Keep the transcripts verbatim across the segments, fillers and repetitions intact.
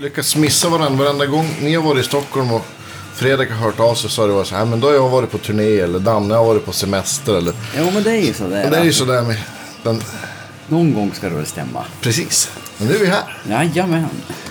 lyckats missa varandra varenda gång ni har varit i Stockholm och Fredrik har hört av sig, så har det varit så här, men då har jag varit på turné eller Danne har varit på semester eller... Jo, men det är ju sådär. Det är ju sådär med den... Någon gång ska det väl stämma. Precis, men nu är vi här. Jajamän.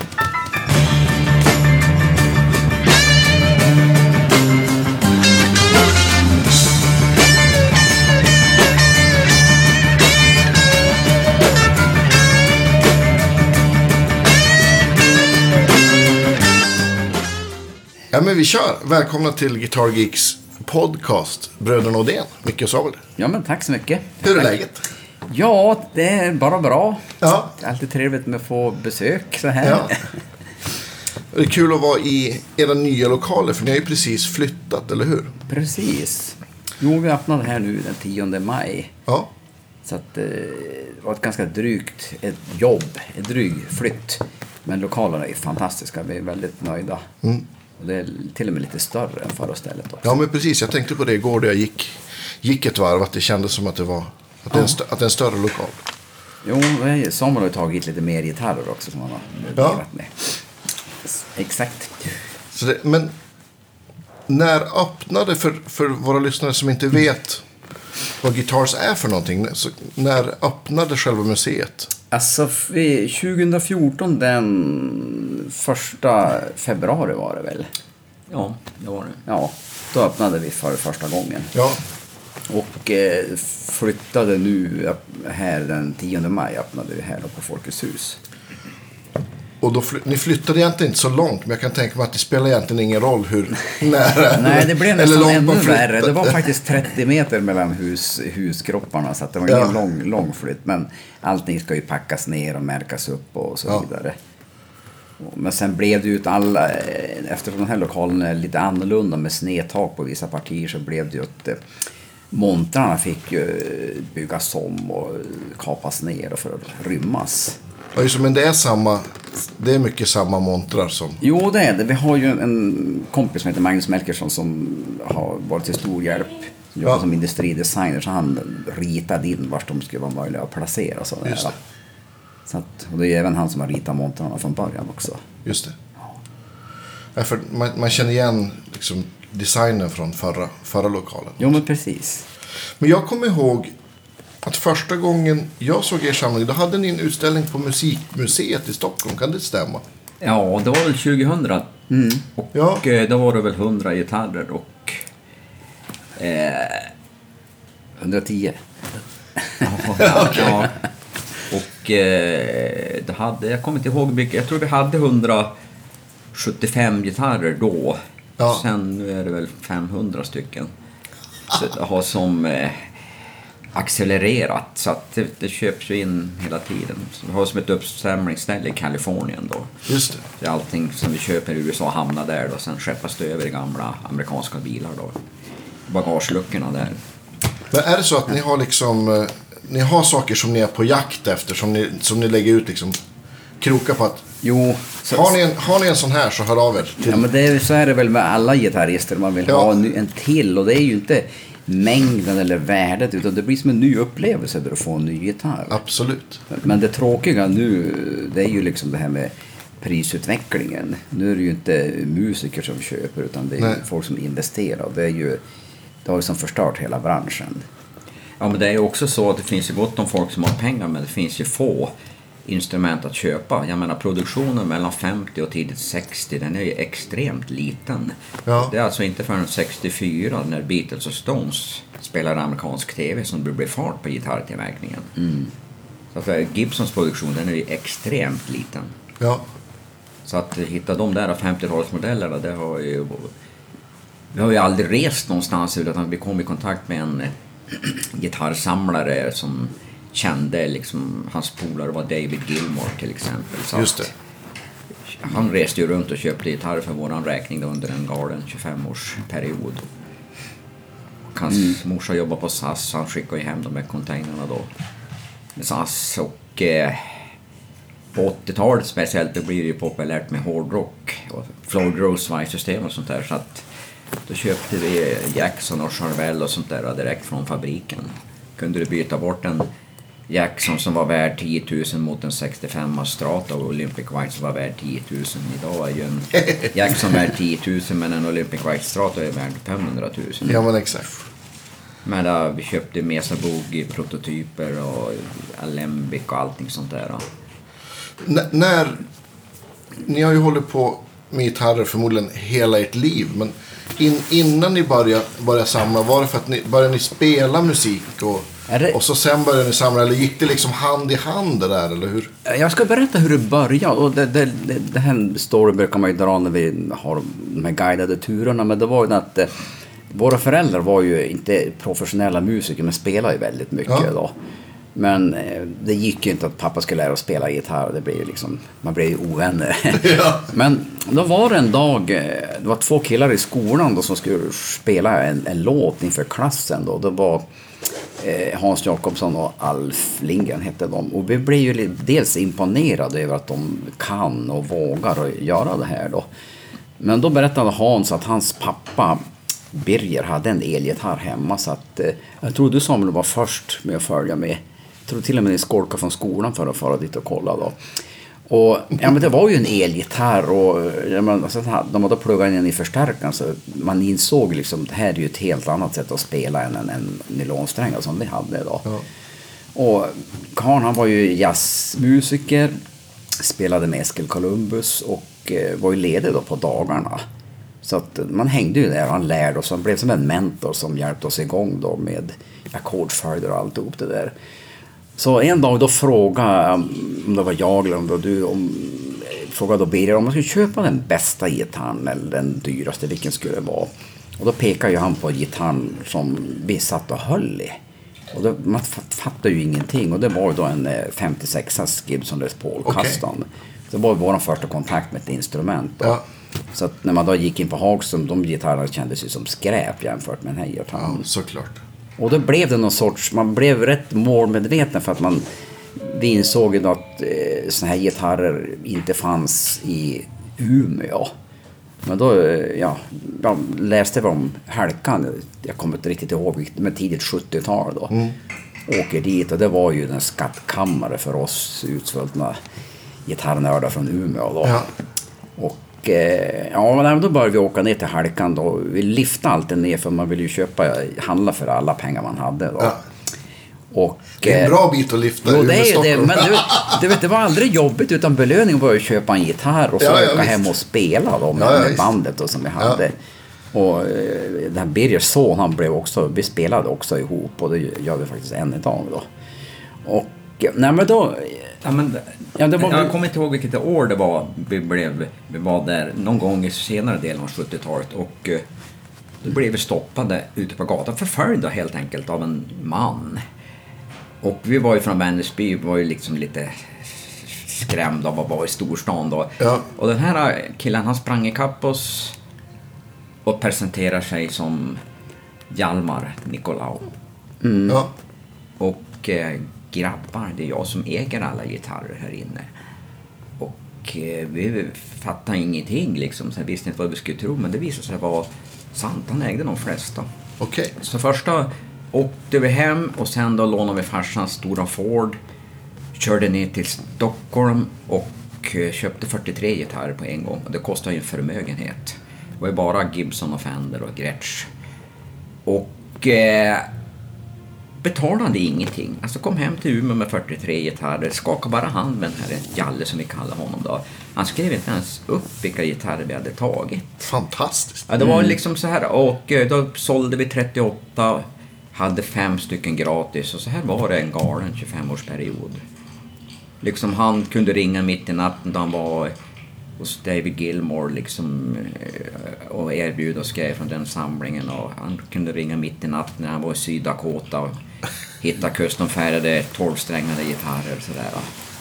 Ja, men vi kör. Välkomna till Guitar Geeks podcast, Bröderna Odén. Micke och Samuel. Ja, men tack så mycket. Hur är tack. läget? Ja, det är bara bra. Ja. Det är alltid trevligt med att få besök så här. Ja. Det är kul att vara i era nya lokaler, för ni har ju precis flyttat, eller hur? Precis. Jo, vi öppnade här nu den tionde maj. Ja. Så att, eh, det var ett ganska drygt ett jobb, ett dryg flytt. Men lokalerna är fantastiska, vi är väldigt nöjda. Mm. Och det är till och med lite större än förra stället också. Ja, men precis. Jag tänkte på det igår då jag gick, gick ett varv, att det kändes som att det var att det är en, stö- att det är en större lokal. Jo, Samuel har ju tagit lite mer gitarrer också som han har Ja. delat med. Exakt. Så det, men när öppnade, för, för våra lyssnare som inte vet vad Guitars är för någonting, så när öppnade själva museet? Alltså tjugo fjorton, den första februari var det väl? Ja, det var det. Ja, då öppnade vi för första gången. Ja. Och eh, flyttade nu här den tionde maj, öppnade vi här på Folkets hus. Och då fly- ni flyttade egentligen inte så långt, men jag kan tänka mig att det spelar egentligen ingen roll hur nära. Nej, det blev nästan långt ännu man flyttade. värre. Det var faktiskt trettio meter mellan hus, huskropparna, så att det var ingen Ja. lång, lång flytt. Men allting ska ju packas ner och märkas upp och så Ja. vidare. Men sen blev det ju ett alla, eftersom den här lokalen är lite annorlunda med snedtak på vissa partier, så blev det ju att eh, montrarna fick ju byggas om och kapas ner för att rymmas. Ja, just det, men det är samma, det är mycket samma montrar som... Jo, det är det. Vi har ju en kompis som heter Magnus Melkersson som har varit till stor hjälp. Som jobbar Ja. som industridesigner, så han ritade in vart de skulle vara möjliga att placera. Så, Just det. så att, och det är även han som har ritat montrarna från början också. Just det. Ja, för man, man känner igen liksom designen från förra, förra lokalen. Jo, men precis. Men jag kommer ihåg att första gången jag såg er samling, då hade ni en utställning på Musikmuseet i Stockholm. Kan det stämma? Ja, det var väl tjugohundra. Mm. Och Ja. eh, då var det väl hundra gitarrer och... Eh, etthundratio. ja, ja, ja. Och eh, det hade, jag kommer inte ihåg mycket. Jag tror vi hade hundrasjuttiofem gitarrer då. Ja. Sen nu är det väl femhundra stycken. Så det har som... Eh, accelererat, så att det, det köps ju in hela tiden. Så vi har som ett uppstämningsställe i Kalifornien då. Just det. Så allting som vi köper i U S A hamnar där då, sen skeppas det över i gamla amerikanska bilar då. Bagageluckorna där. Men är det så att ni har liksom... eh, Ni har saker som ni är på jakt efter, som ni, som ni lägger ut liksom krokar på att... Jo, så, Har ni, en, har ni en sån här, så hör av er till... ja, men det är, så är det väl med alla gitarrister. Man vill Ja. ha en, ny- en till, och det är ju inte mängden eller värdet, utan det blir som en ny upplevelse där du får en ny gitarr. Absolut. Men det tråkiga nu, det är ju liksom det här med prisutvecklingen. Nu är det ju inte musiker som köper, utan det är Nej. ju folk som investerar. Och det är ju, det har ju som förstört hela branschen. Ja, men det är ju också så att det finns ju gott om folk som har pengar, men det finns ju få instrument att köpa. Jag menar, produktionen mellan femtio och tidigt sextio, den är ju extremt liten. Ja. Det är alltså inte förrän sextiofyra, när Beatles och Stones spelar amerikansk tv, som det blir fart på gitarrtillverkningen. Mm. Så att Gibsons produktion, den är ju extremt liten. Ja. Så att hitta de där femtiotalsmodellerna, det har ju... Vi har ju aldrig rest någonstans, utan vi kom i kontakt med en gitarrsamlare som kände liksom, hans polare var David Gilmour till exempel. Så Just det. han reste ju runt och köpte gitarrer för våran räkning då under en galen tjugofem-årsperiod. Och hans mm. morsa jobbade på S A S, så han skickade ju hem de här containrarna då med S A S. Och eh, på åttiotalet speciellt, då blir det ju populärt med hårdrock och Floyd Rose-system och sånt där, så att då köpte vi Jackson och Charvel och sånt där direkt från fabriken. Kunde du byta bort en Jackson som var värd tio tusen mot en sextiofem Strata och Olympic White som var värd tio tusen. Idag är ju en Jackson värd tio tusen men en Olympic White Strata är värd femhundratusen. Ja, men exakt. Men då, vi köpte Mesa Boogie prototyper och Alembic och allting sånt där. N- när ni har ju hållit på med gitarrer förmodligen hela ert liv, men in, innan ni började, började samla, var det för att ni började ni spela musik och, det... och så sen började ni samla, eller gick det liksom hand i hand det där, eller hur? Jag ska berätta hur det började, och det, det, det, det här story brukar man ju dra när vi har de här guidade turerna, men det var ju att eh, våra föräldrar var ju inte professionella musiker, men spelade ju väldigt mycket ja. Då. Men eh, det gick ju inte att pappa skulle lära att spela gitarr. Det blev ju liksom, man blev ju ovänner. Ja. Men då var det en dag, det var två killar i skolan då som skulle spela en, en låt inför klassen. Då. Det var eh, Hans Jakobsson och Alf Lindgren hette de. Och vi blev ju dels imponerade över att de kan och vågar att göra det här då. Men då berättade Hans att hans pappa Birger hade en elgitarr hemma, så att eh, jag tror du Samuel var först med att följa med. Jag tror till och med ni skolkade från skolan för att fara dit och kolla då. Och ja, men det var ju en elgitarr och ja, men, alltså, de hade pluggat in i förstärkaren, så man insåg liksom det här är ju ett helt annat sätt att spela än en, en nylonsträngar som vi hade då. Ja. Och Karl, han var ju jazzmusiker, spelade med Eskil Columbus och eh, var ju ledig då på dagarna. Så att man hängde ju där och han lärde oss. Han blev som en mentor som hjälpte oss igång då med ackordsföljder och allt ihop det där. Så en dag då frågade, om det var jag eller om det var du, om, frågade då Birger om man skulle köpa den bästa gitarren eller den dyraste, vilken skulle det vara. Och då pekade ju han på gitarren som vi satt och höll i. Och då, man fattade ju ingenting, och det var ju då en femtiosex Gibson Les Paul-kastan. Okay. Det var vår första kontakt med ett instrument då. Ja. Så att när man då gick in på Hagström, de gitarrerna kändes ju som skräp jämfört med den här gitarren. Ja, såklart. Och då blev det någon sorts, man blev rätt målmedveten för att man, vi insåg ju att eh, såna här gitarrer inte fanns i Umeå. Men då, ja, jag läste om Halkan, jag kommer inte riktigt ihåg, men tidigt sjuttiotal då. Mm. Åker dit och det var ju en skattkammare för oss utsvultna gitarrnördar från Umeå då. Ja. Och ja, då började vi åka ner till Halkan då. Vi lyfte alltid ner för man ville ju köpa, handla för alla pengar man hade då. Ja. Och, det är en bra bit att lyfta. Jo, det är det, men du, du vet, det var aldrig jobbigt, utan belöningen var att köpa en gitarr och så ja, ja, åka hem och spela då med, ja, ja, med bandet då, som vi hade. Ja. Och den här Birgers son, han blev också, vi spelade också ihop, och det gör vi faktiskt än idag då. Och nej, men då ja, men, ja, det var, jag kommer inte ihåg vilket år det var vi, blev, vi var där någon gång i senare delen av sjuttiotalet, och uh, då blev vi stoppade ute på gatan, förföljda helt enkelt av en man. Och vi var ju från Vänersby, vi var ju liksom lite skrämda av att vara i storstan då. Ja. Och den här killen, han sprang i kapp oss och presenterar sig som Hjalmar Nicolau. Mm. Ja. Och uh, grabbar, det är jag som äger alla gitarrer här inne. Och eh, vi fattade ingenting liksom, så jag visste inte vad vi skulle tro, men det visade sig vara sant, han ägde de flesta. Okej. Okay. Så första åkte vi hem och sen då lånade vi farsans stora Ford, körde ner till Stockholm och eh, köpte fyrtiotre gitarrer på en gång, och det kostade ju en förmögenhet. Det var ju bara Gibson och Fender och Gretsch. Och eh, betalade ingenting. Alltså kom hem till Umeå med fyrtiotre gitarrer, skakade bara hand med den här Jalle som vi kallar honom då. Han skrev inte ens upp vilka gitarrer vi hade tagit. Fantastiskt. Ja, det var liksom så här, och då sålde vi trettioåtta, hade fem stycken gratis, och så här var det en galen tjugofem-årsperiod. Liksom han kunde ringa mitt i natten då han var hos David Gilmour liksom, och erbjuda oss grejer från den samlingen, och han kunde ringa mitt i natten när han var i Sydakota och hitta customfärgade tolvsträngade gitarrer och sådär.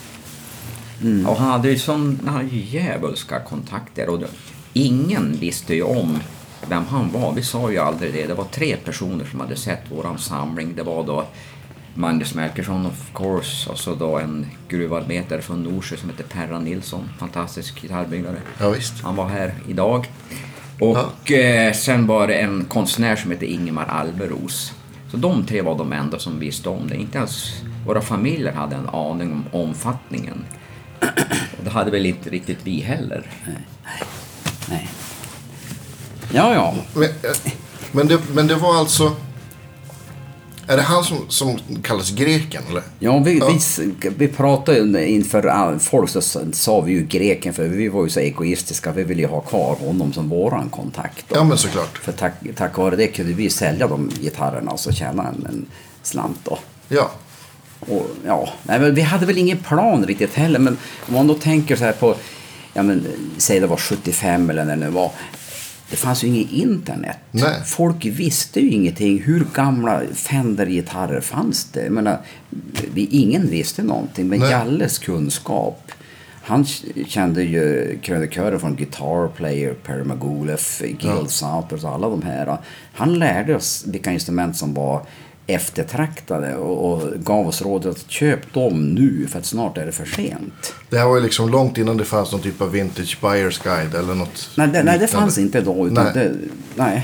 Mm. Och han hade ju sådana jävulska kontakter, och ingen visste ju om vem han var. Vi sa ju aldrig det. Det var tre personer som hade sett våran samling. Det var då Magnus Melkersson, of course, och så då en gruvarbetare från Norsjö som heter Perra Nilsson, fantastisk gitarrbyggare. Ja, visst. Han var här idag. Och ja. eh, sen var det en konstnär som heter Ingemar Alberos. Så de tre var de enda som visste om det. Inte ens våra familjer hade en aning om omfattningen. Och det hade väl inte riktigt vi heller. Nej. Nej. Ja, ja. Men, men, det, men det var alltså... Är det han som, som kallas greken, eller? Ja, vi, ja. vi, vi pratade inför folk så sa vi ju greken, för vi var ju så egoistiska. Vi ville ju ha kvar honom som våran kontakt. Då. Ja, men såklart. För tack, tack vare det kunde vi sälja de gitarrerna och så tjäna en, en slant då. Ja. Och, ja, nej, men vi hade väl ingen plan riktigt heller, men om man då tänker så här på, ja men säg det var sjuttiofem eller när det var, det fanns ju inget internet. Nej. Folk visste ju ingenting. Hur gamla Fender-gitarrer fanns det? Jag menar, vi, ingen visste någonting, men Nej. Jalles kunskap, han kände ju krönikörer från Guitar Player, Perry Magulef, Gil ja. Souters och alla de här. Han lärde oss vilka instrument som var eftertraktade och, och gav oss rådet att köp dem nu, för att snart är det för sent. Det här var ju liksom långt innan det fanns någon typ av vintage buyer's guide eller något. Nej, det, nej, det fanns inte då. Utan nej. Det, nej.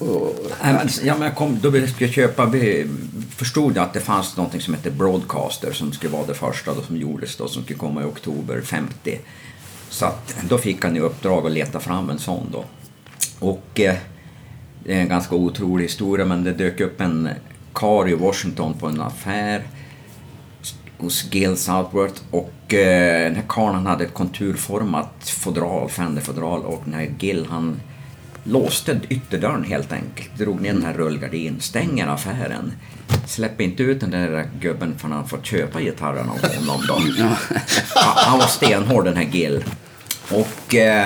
Ja, men jag kom, då vi skulle köpa, vi förstod att det fanns något som heter Broadcaster som skulle vara det första då, som gjordes då, som skulle komma i oktober femtio. Så att, då fick han i uppdrag att leta fram en sån då. Och eh, det är en ganska otrolig historia, men det dök upp en kar i Washington på en affär hos Gil Southworth, och eh, den här karlen hade ett konturformat fodral, Fender-fodral, och när Gil han låste ytterdörren helt enkelt, drog ner den här rullgardin, stänger affären, släpper inte ut den där gubben för han får köpa gitarren av honom då. Ja, han var stenhård den här Gil. Och eh,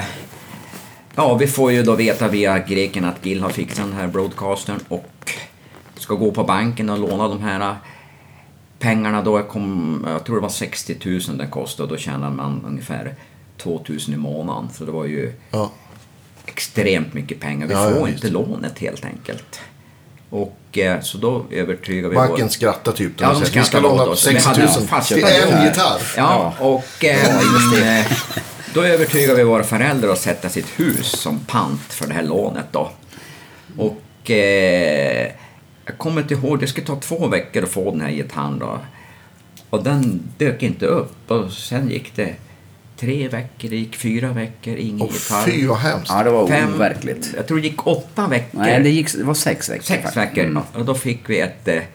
ja, vi får ju då veta via greken att Gil har fixat den här Broadcastern och ska gå på banken och låna de här pengarna då. Jag, kom, jag tror det var sextio tusen den kostade, och då tjänar man ungefär två tusen i månaden. Så det var ju ja. extremt mycket pengar. Vi ja, får ja, inte lånet helt enkelt. Och eh, så då övertygar vi... Banken skrattar typ. Ja, de skrattar. Vi ska låna sextio tusen till en gitarr. Ja, och eh, då övertygar vi våra föräldrar att sätta sitt hus som pant för det här lånet då. Och... Eh, jag kommer inte ihåg, det skulle ta två veckor att få den här gitarren då. Och den dök inte upp. Och sen gick det tre veckor, det gick fyra veckor, ingen oh, gitarr. Fy vad hemskt. Ja, det var Fem, overkligt. Jag tror det gick åtta veckor. Nej, det, gick, det var sex veckor. Sex veckor. Mm. Och då fick vi ett eh,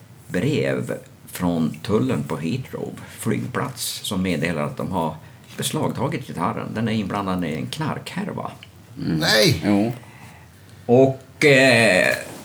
brev från tullen på Heathrow flygplats som meddelar att de har beslagtagit gitarren. Den är inblandad i en knarkhärva. Mm. Nej! Jo. Och... Eh,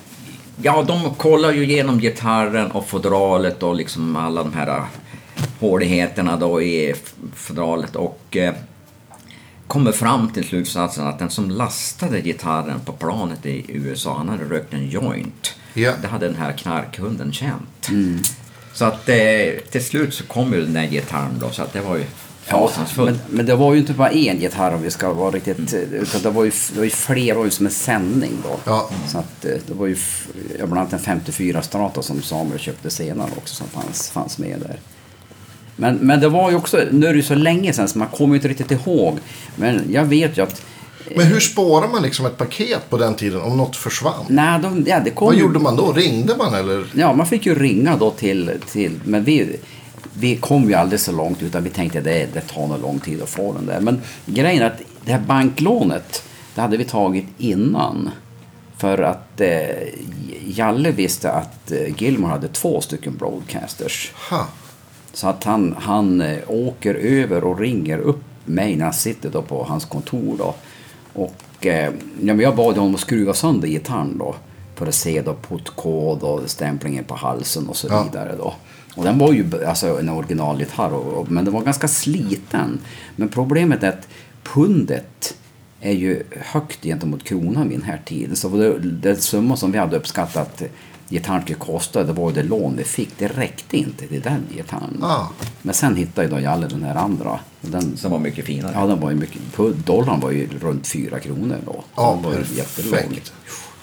ja, de kollar ju igenom gitarren och fodralet och liksom alla de här håligheterna då i fodralet, och eh, kommer fram till slutsatsen att den som lastade gitarren på planet i U S A, han hade rökt en joint. Yeah. Det hade den här knarkhunden känt. Mm. Så att eh, till slut så kom ju den där gitarren då, så att det var ju ja, men, men det var ju inte bara en gitarr om vi ska vara riktigt, utan det var ju, det var ju fler, var ju som en sändning då. Ja. Så att det var ju bland annat en femtiofyra Strata som Samuel köpte senare också som fanns, fanns med där. Men, men det var ju också, nu är det ju så länge sedan så man kommer ju inte riktigt ihåg, men jag vet ju att... Men hur spårar man liksom ett paket på den tiden om något försvann? Nej, de, ja, det kom Vad ju, gjorde man då? Ringde man eller? Ja, man fick ju ringa då till, till men vi... Vi kom ju aldrig så långt, utan vi tänkte att det, det tar nog lång tid att få den där. Men grejen är att det här banklånet, det hade vi tagit innan. För att eh, Jalle visste att eh, Gilmore hade två stycken Broadcasters. Ha. Så att han, han eh, åker över och ringer upp mig när han sitter då på hans kontor då. Och eh, ja, men jag bad honom att skruva sönder gitarren då. För att se då putkod och stämplingen på halsen och så ja. vidare då. Och den var ju alltså en originalgitarr, men den var ganska sliten. Men problemet är att pundet är ju högt gentemot kronan vid den här tiden. Så det, det summa som vi hade uppskattat gitarren skulle kosta, det var ju det lån vi fick. Det räckte inte till den gitarren. Ah. Men sen hittade ju då Jalle den här andra. Den, som var mycket finare. Ja, den var ju mycket. Dollarn var ju runt fyra kronor då. Ja, den var perfekt.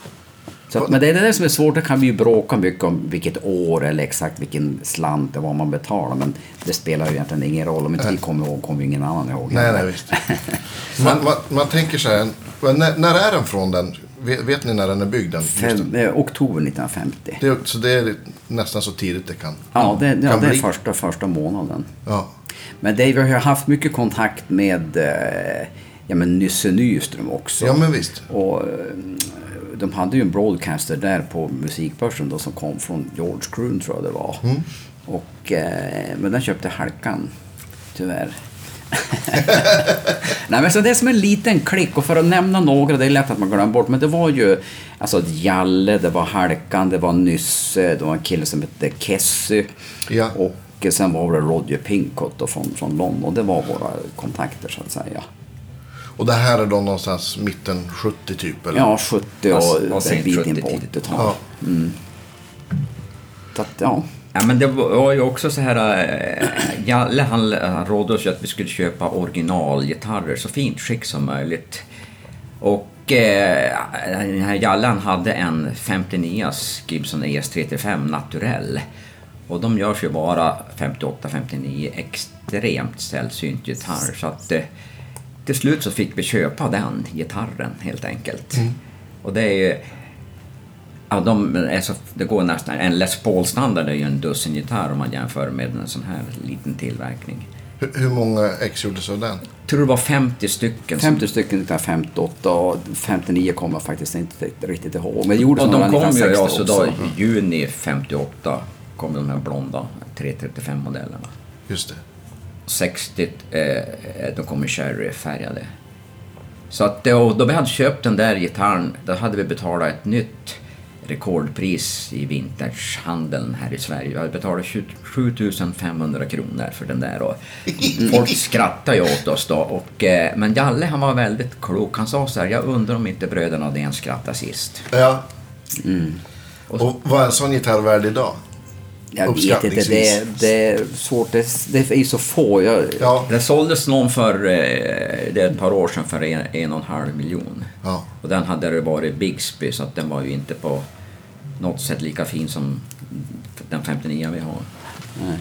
Så, men det är det där som är svårt, det kan vi ju bråka mycket om vilket år eller exakt vilken slant det var man betalar, men det spelar ju egentligen ingen roll. Om inte vi kommer ihåg kommer ingen annan ihåg. Nej, nej, visst. man, man, man tänker så här, när, när är den från den? Vet, vet ni när den är byggd? Den, Fem, eh, oktober nittonhundrafemtio. det, så det är nästan så tidigt det kan Ja, det, ja, kan det är bli. första, första månaden. Ja. Men det, vi har haft mycket kontakt med eh, ja, men Nysse Nyström också. Ja, men visst. Och eh, de hade ju en broadcaster där på musikbörsen då, som kom från George Crune, tror jag det var. Mm. Och, eh, men den köpte Halkan, tyvärr. Nej, men så det är som en liten klick, och för att nämna några, det är lätt att man glömmer bort, men det var ju alltså Jalle, det var Halkan, det var Nysse, det var en kille som hette Kessy, Ja. och sen var det Roger Pincott då från, från London. Det var våra kontakter, så att säga. Och det här är då någonstans mitten sjuttio typ? Eller? Ja, sjuttio och Vad- vad en säger bit in sjuttio på tidigt? åttiotalet. Ja. Mm. Så att, ja. Ja, men det var ju också så här, äh, Jalle han, han rådde oss ju att vi skulle köpa originalgitarrer så fint skick som möjligt. Och äh, den här Jallen hade en femtionio Gibson E S trettiofem naturell. Och de görs ju bara femtioåtta femtionio, extremt sällsynt gitarr. Så att äh, till slut så fick vi köpa den gitarren helt enkelt. Mm. Och det är ju... Ja, de är så, det går nästan, en Les Paul-standard är ju en dussin gitarr om man jämför med en sån här liten tillverkning. Hur, hur många ex gjordes av den? Jag tror det var femtio stycken. femtio stycken nittonhundrafemtioåtta och femtionio kommer jag faktiskt inte riktigt ihåg. Men det gjordes Och de några kom ju nittonhundrasextio alltså då också. i juni femtioåtta kom de här blonda tre trettiofem-modellerna. Just det. sextio, eh, de kom i cherryfärgade. Så att då, då vi hade köpt den där gitarren, då hade vi betalat ett nytt rekordpris i vintagehandeln här i Sverige. Vi hade betalat tjugosju tusen femhundra kronor för den där. Och folk skrattade ju åt oss då. Och, eh, men Jalle, han var väldigt klok. Han sa så här, jag undrar om inte bröderna hade en skratta sist. Ja. Mm. Och vad är en sån gitarr värd idag? Jag vet inte, det är, det är svårt. Det, det är ju så få. Jag, Ja. Det såldes någon för eh, det är ett par år sedan för en, en och en halv miljon. Ja. Och den hade det varit Bigsby, så att den var ju inte på något sätt lika fin som den femtionio vi har. nej.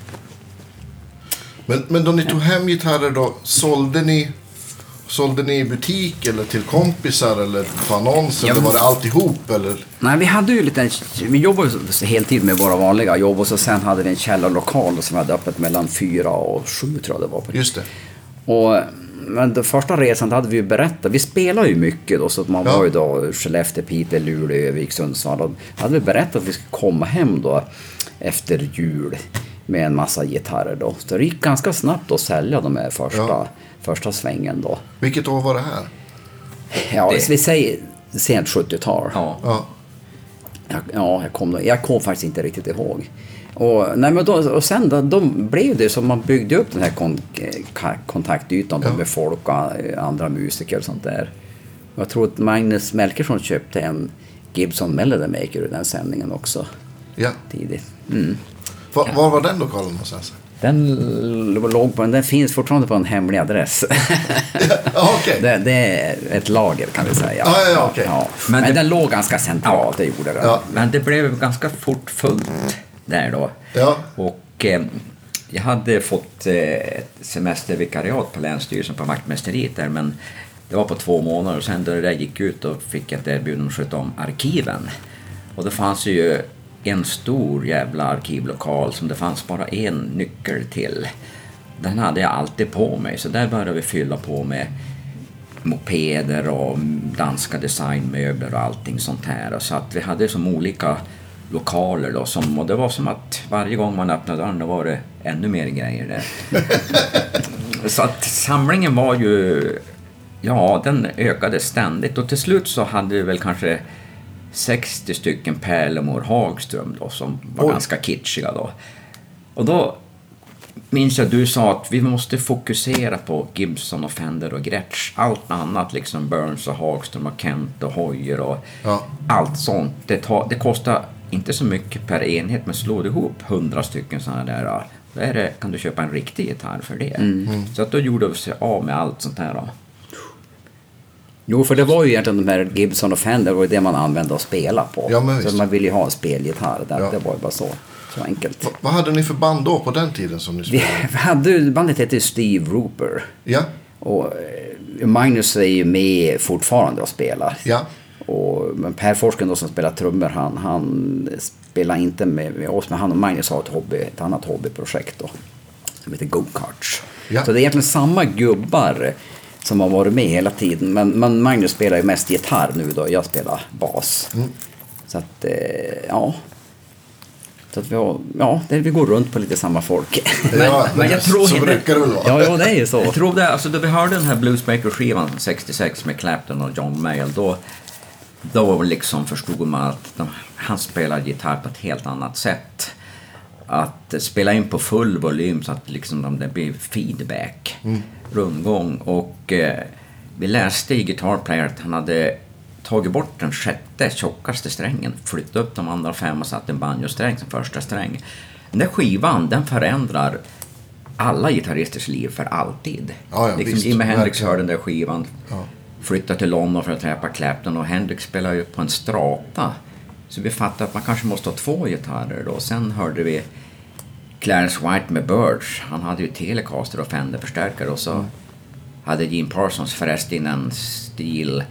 Men, men då ni tog hem gitarrer då, sålde ni, sålde ni i butik eller till kompisar eller på annons? Ja, Eller men- var det alltihop? Eller? Nej, vi hade ju lite, vi jobbade ju heltid med våra vanliga jobb, och så sen hade vi en källarlokal som hade öppet mellan fyra och sju, tror jag det var. På. Just det. Och, men den första resan hade vi ju berättat, vi spelar ju mycket då, så att man Ja. var ju då Skellefteå, Piteå, Luleå, Övik, Sundsvall, och hade vi berättat att vi skulle komma hem då efter jul med en massa gitarrer då. Så det gick ganska snabbt att sälja de här första, Ja. första svängen då. Vilket år var det här? Ja, Det- vi säger sent sjuttiotal. Ja. Ja. Jag, ja, jag kom, jag kom faktiskt inte riktigt ihåg. Och, nej, men då, och sen då, de blev det som man byggde upp den här kon, ka- kontaktytan Ja. med folk och andra musiker och sånt där. Och jag tror att Magnus Melkersson köpte en Gibson Melody Maker i den sändningen också Ja. tidigt. Mm. Var, var var den lokalen någonstans? Den låg på, den finns fortfarande på en hemlig adress. Ja, okej. det, det är ett lager, kan vi säga. Ja, ja, ja, okej. Men, Men det- den låg ganska centralt, det gjorde den. Ja. Men det blev ganska fort fullt där då. Ja. Och eh, jag hade fått eh, ett semestervikariat på Länsstyrelsen på vaktmästeriet där, men det var på två månader, och sen då det där gick ut och fick jag ett erbjudande att sköta om arkiven. Och det fanns ju en stor jävla arkivlokal som det fanns bara en nyckel till. Den hade jag alltid på mig, så där började vi fylla på med mopeder och danska designmöbler och allting sånt här. Och så att vi hade som olika lokaler då, som, och det var som att varje gång man öppnade dörren då var det ännu mer grejer där. Så att samlingen var ju, ja, den ökade ständigt, och till slut så hade vi väl kanske sextio stycken Pärlemor Hagström då, som var Oj. ganska kitschiga då. Och då minns jag du sa att vi måste fokusera på Gibson och Fender och Gretsch. Allt annat, liksom Burns och Hagström och Kent och Hoyer och Ja. allt sånt. Det, tar, det kostar inte så mycket per enhet, men slår du ihop hundra stycken sådana där, då är det, kan du köpa en riktig gitarr för det. Mm. Så att då gjorde vi sig av med allt sånt här då. Jo, för det var ju egentligen de här Gibson och Fender, var ju det man använde att spela på. Ja, men visst. så man ville ju ha en spelgitarr, det, Ja. det var ju bara så, så enkelt. Va- vad hade ni för band då på den tiden som ni Vi, spelade? vi hade, ju- bandet hette Steve Rooper, Ja. och eh, Magnus är ju med fortfarande och spelar. Ja. Och men Per Forsken då som spelar trummor, han, han spelar inte med, med oss, men han och Magnus har ett, hobby, ett annat hobbyprojekt då, som heter Go-Karts. Ja. Så det är egentligen samma gubbar som har varit med hela tiden, men, men Magnus spelar ju mest gitarr nu då, jag spelar bas. Mm. Så att, eh, ja... Så att vi, har, ja, det, vi går runt på lite samma folk. Men, ja, men, men jag tror så brukar det väl vara. Ja, ja, det är ju så. Jag tror det, alltså då vi hörde den här Bluesmaker-skivan sextiosex med Clapton och John Mayall, då, då liksom förstod man att de, han spelar gitarr på ett helt annat sätt. Att spela in på full volym så att liksom det blir feedback, mm. rundgång. Och eh, vi läste i Guitar Player att han hade tagit bort den sjätte tjockaste strängen, flyttat upp de andra fem och satt en banjosträng som första sträng. Den där skivan, den förändrar alla gitarristers liv för alltid. Ja, ja, liksom visst, Jimi Hendrix verkligen. hör den där skivan, ja. flyttar till London för att träffa Clapton, och Hendrix spelar ju på en strata. Så vi fattade att man kanske måste ha två gitarrer då. Sen hörde vi Clarence White med Birch. Han hade ju Telecaster och Fender-förstärkare, och så mm. hade Gene Parsons förresten en stil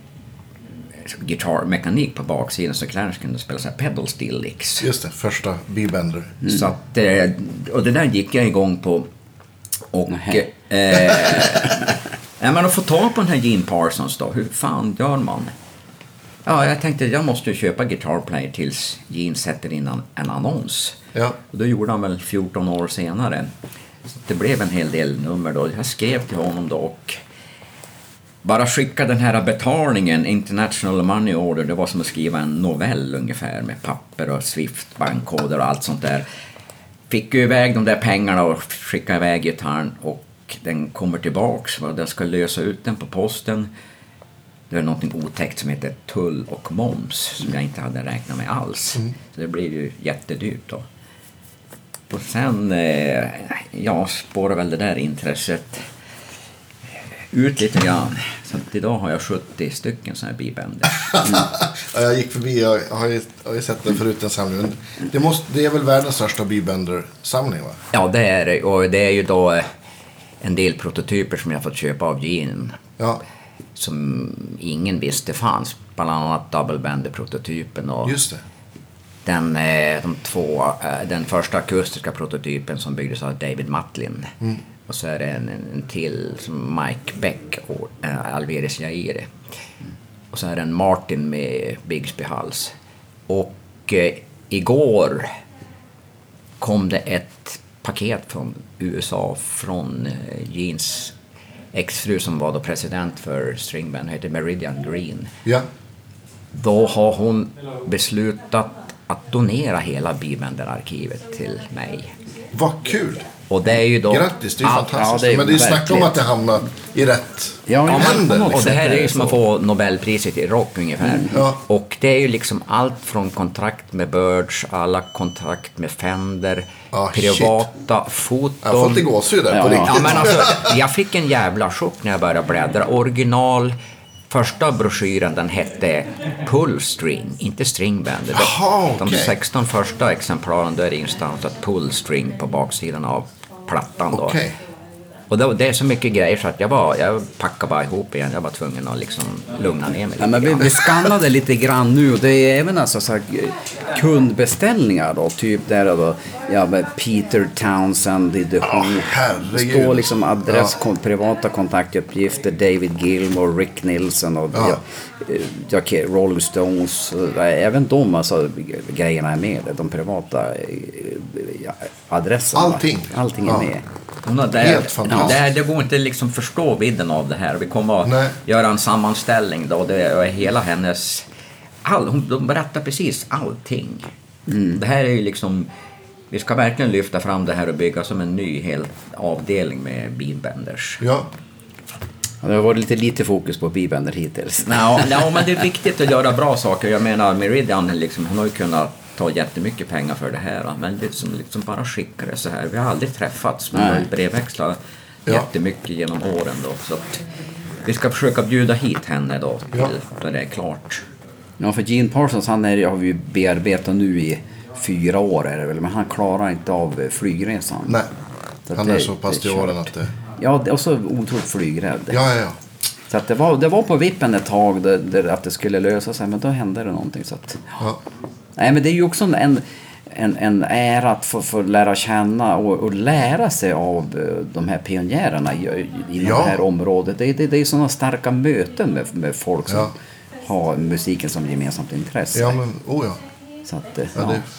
gitarrmekanik på baksidan, så Clarence kunde spela så här pedal steel licks. Just det, första B-bender. Mm. Så att, och det där gick jag igång på. Och eh, ja, men att få tag på den här Gene Parsons då, hur fan gör man? Ja, jag tänkte jag måste ju köpa Guitar Player tills Gene sätter in en, en annons. Ja. Och då gjorde han väl fjorton år senare. Så det blev en hel del nummer då. Jag skrev till honom då och bara skicka den här betalningen, International Money Order, det var som att skriva en novell ungefär med papper och Swift, bankkoder och allt sånt där. Fick ju iväg de där pengarna och skicka iväg gitarren, och den kommer tillbaks och jag ska lösa ut den på posten. Det är någonting otäckt som heter tull och moms som jag inte hade räknat med alls. Mm. Så det blir ju jättedyrt då. Och sen, eh, jag spårar väl det där intresset ut lite grann. Så att idag har jag sjuttio stycken sådana här bibänder. Mm. Ja, jag gick förbi, jag har ju, jag har ju sett den förut, en samling. Det, måste, det är väl världens största bibänder-samling, va? Ja, det är det. Och det är ju då en del prototyper som jag fått köpa av Gene. Ja. Som ingen visste fanns. Bland annat double-bender-prototypen. Och just det. Den, de två, den första akustiska prototypen som byggdes av David Matlin. Mm. Och så är det en, en till som Mike Beck och äh, Alvarez Jairi. Mm. Och så är det en Martin med Bigsby-hals. Och eh, igår kom det ett paket från U S A från eh, Genes exfru som var då president för Stringband, heter Meridian Green. Ja. Då har hon beslutat att donera hela Bibender-arkivet till mig. Vad kul! Och det är ju då... Grattis, det är ju all, fantastiskt. Ja, det är men det är snack om verkligen att det hamnar i rätt ja, händer. Ja, och liksom. det här är ju som att få Nobelpriset i rock ungefär. Mm, ja. Och det är ju liksom allt från kontrakt med Birch, alla kontrakt med Fender, ah, privata foton. Jag har fått det gåshud där ja, på riktigt. Ja, men alltså, jag fick en jävla chock när jag började bläddra. Original... Första broschyren, den hette Pull String, inte Stringband. Aha, de okay. sexton första exemplaren, då är det instansat Pull String på baksidan av plattan då. Okay. Och det, det är så mycket grejer så att jag var, jag packade bara ihop igen. Jag var tvungen att liksom lugna ner mig. Ja, men vi, vi skannade lite grann nu. Det är även alltså så här, kundbeställningar då. Typ där då, ja, med Peter Townsend i The Who. Oh, herregud. Står liksom adress, Ja. kon, privata kontaktuppgifter. David Gilmour, Rick Nielsen och Ja. ja, ja, Rolling Stones. Även de alltså, grejerna är med. De privata ja, adresserna. Allting. Allting är Ja. med. Det, Helt fantastiskt. det, det går inte liksom förstå vidden av det här. Vi kommer att Nej. göra en sammanställning då. Det är hela hennes... All, hon, de berättar precis allting. Mm. Det här är ju liksom... Vi ska verkligen lyfta fram det här och bygga som en ny hel avdelning med Bibenders. Ja. Ja, det har varit lite, lite fokus på Bibender hittills. Ja, no, men det är viktigt att göra bra saker. Jag menar, Meridian liksom, hon har ju kunnat ta jättemycket pengar för det här. Men det som liksom bara skickar det så här. Vi har aldrig träffats, men vi har brevväxlat Ja. jättemycket genom åren då. Så att vi ska försöka bjuda hit henne då till Ja. när det är klart. Ja, för Gene Parsons, han är, har vi ju bearbetat nu i fyra år är det väl, men han klarar inte av flygresan. Nej, Så han det- är så pass det till kört. åren att det... Ja, det är också otroligt flygrädd. Ja, ja, ja. Så att det, var, det var på vippen ett tag där, där att det skulle lösa sig, men då hände det någonting. Så att, Ja. Nej, men det är ju också en, en, en ära att få, få lära känna och, och lära sig av de här pionjärerna i, i Ja. det här området. Det, det, det är sådana starka möten med, med folk som Ja. har musiken som gemensamt intresse. Ja, men, oh ja. Så att, ja. Ja, det,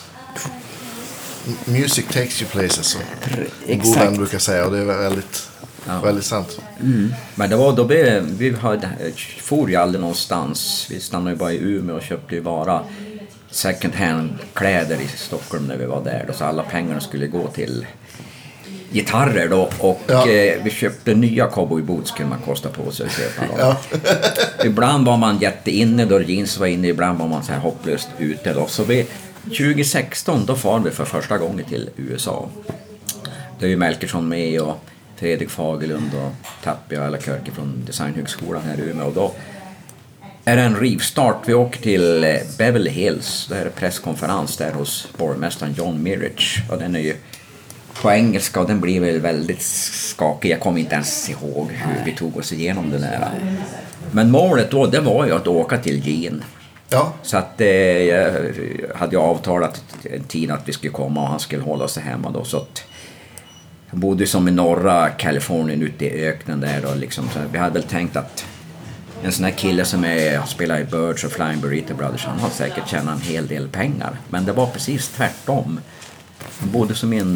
music takes you places, som en god Exakt. vän brukar säga, och det är väldigt, Ja. väldigt sant. Men det var då vi, vi hade, for ju aldrig någonstans. Vi stannade ju bara i Umeå och köpte ju bara second hand kläder i Stockholm när vi var där. Då, så alla pengarna skulle gå till gitarrer då. Och Ja. eh, vi köpte nya cowboyboots, skulle man kosta på sig att köpa då. Ja. Ibland var man jätteinne då jeans var inne, ibland var man så här hopplöst ute då. Så vi, tjugo sexton då far vi för första gången till U S A. Det är ju Melkersson med och Fredrik Fagerlund och Tappi och alla Körke från Designhögskolan här i Umeå. Och då är det en rivstart. Vi åker till eh, Beverly Hills. Det är presskonferens där hos borgmästaren John Mirich. Och den är ju på engelska och den blir väl väldigt skakig. Jag kommer inte ens ihåg hur vi tog oss igenom den här. Men målet då, det var ju att åka till Gene. Ja. Så att eh, jag hade ju avtalat en tid att vi skulle komma och han skulle hålla sig hemma då. Så att jag bodde som i norra Kalifornien ute i öknen där då liksom. Så vi hade väl tänkt att en sån här kille som är, spelar i Birds och Flying Burrito Brothers, han har säkert tjänat en hel del pengar. Men det var precis tvärtom. Han bodde som i en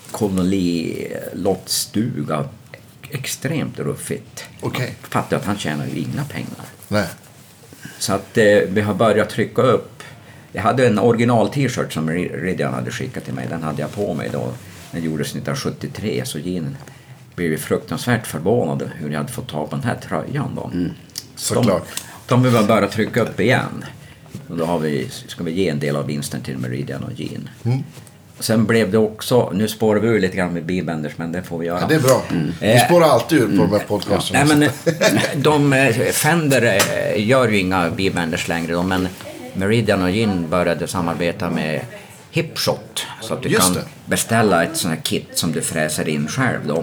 kolonilottstuga. Extremt ruffigt. Okej. Jag fattade att han tjänar ju inga pengar. Nej. Så att eh, vi har börjat trycka upp. Jag hade en original t-shirt som Ridian hade skickat till mig. Den hade jag på mig då. Den gjordes nittonhundrasjuttiotre. Så Gene blev fruktansvärt förvånad hur jag hade fått ta på den här tröjan då. Mm. Såklart. De, de vill börja trycka upp igen. Och då har vi, ska vi ge en del av vinsten till Meridian och Gene. Mm. Sen blev det också, nu spårar vi ur lite grann med B-benders, men det får vi göra. Ja, det är bra. Vi spårar alltid ur på de här podcasterna. Nej, men de, Fender eh, gör ju inga B-benders längre då, men Meridian och Gene började samarbeta med Hipshot, så att du Just kan det. beställa ett sånt här kit som du fräser in själv då.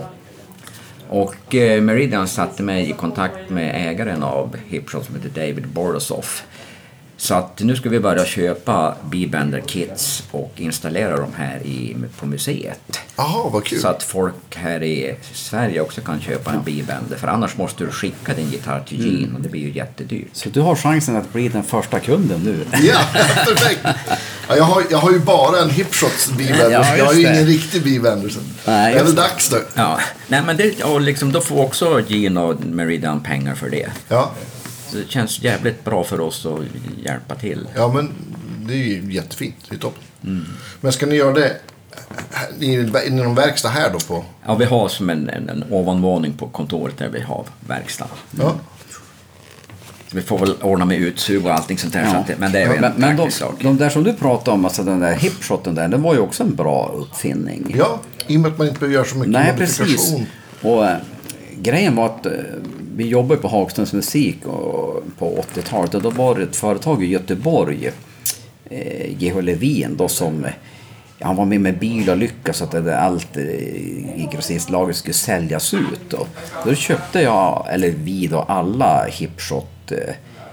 Och eh, Meridian satte mig i kontakt med ägaren av Hipshot som heter David Borosoff. Så att nu ska vi börja köpa B-bender kits och installera dem här i, på museet. Jaha, vad kul. Så att folk här i Sverige också kan köpa en B-bender. För annars måste du skicka din gitarr till Gene mm. och det blir ju jättedyrt. Så du har chansen att bli den första kunden nu. Ja, perfekt. Ja, jag, har, jag har ju bara en Hipshots B-bender. Ja, jag har ju det. ingen riktig B-bender. Så Nej, det är väl just dags då. Ja, nej men det, och liksom, då får också Gene och Meridian pengar för det. Ja. Så det känns jävligt bra för oss att hjälpa till. Ja, men det är ju jättefint. Det är toppen. Mm. Men ska ni göra det i, i någon verkstad här då på? Ja, vi har som en, en, en ovanvåning på kontoret där vi har verkstad. Ja. Så vi får väl ordna med utsug och allting sånt där. Ja. Så att det, men det är ju en Men, men de, praktisk sak. de där som du pratade om, alltså den där hipshoten där, den var ju också en bra uppfinning. Ja, i och med att man inte behöver göra så mycket Nej, modifikation. precis. Och äh, grejen var att äh, vi jobbade på Hagströms musik och, på åttiotalet och då var det ett företag i Göteborg, äh, G H Levin då, som ja, han var med med bil och lycka så att det, allt äh, i grossistlaget skulle säljas ut. Och då köpte jag, eller vi då, alla hipshot äh,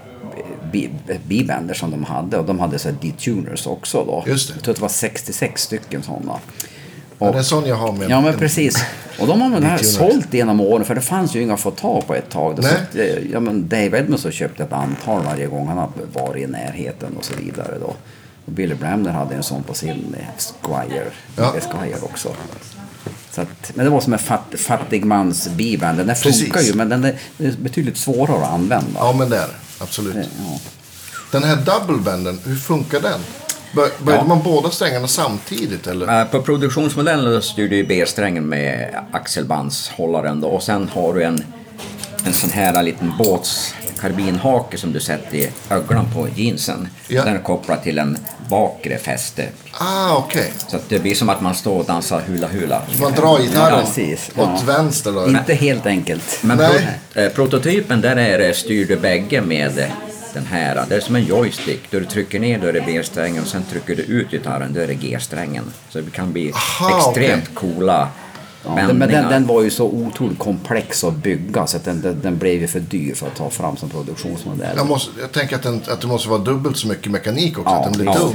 B-bänder som de hade och de hade så här detuners också då. Just det. Jag tror att det var sextiosex stycken sådana. Ja, det är en sån jag har med. Ja, men precis. Och de har man här detuners. sålt genom åren för det fanns ju inga att få tag på ett tag. Så Nej. att, eh, ja, men Dave Edmunds har köpt ett antal varje gång han har varit i närheten och så vidare då. Och Billy Bremner hade en sån på sin eh, Squire, Ja. Squire också. Så att, men det var som en fatt, fattigmans B-band. Den där Precis. funkar ju men den är, det är betydligt svårare att använda. Ja, men det är det. Absolut. Det, ja. Den här doublebanden, hur funkar den? Bör, började Ja. man båda strängarna samtidigt eller? Eh, På produktionsmodellen styr du B-strängen med axelbandshållaren då, och sen har du en, en sån här liten båtskarbinhake som du sätter i ögonen på jeansen. Ja. Den är kopplad till en bakre fäste. Ah, okej. Så att det blir som att man står och dansar hula hula. Så man drar gitarren Ja, precis. åt Ja. vänster då? Inte helt enkelt. Men Nej. pro, eh, prototypen där är det, styr du bägge med den här. Det är som en joystick. Då du trycker ner då är det B-strängen och sen trycker du ut gitarren då är det G-strängen. Så det kan bli Aha, extremt okej. coola Ja, den, men den, den var ju så otroligt komplex att bygga så att den, den, den blev ju för dyr för att ta fram som produktionsmodell. Jag, måste, jag tänker att, den, att det måste vara dubbelt så mycket mekanik också, Ja, att den blir ja. tung.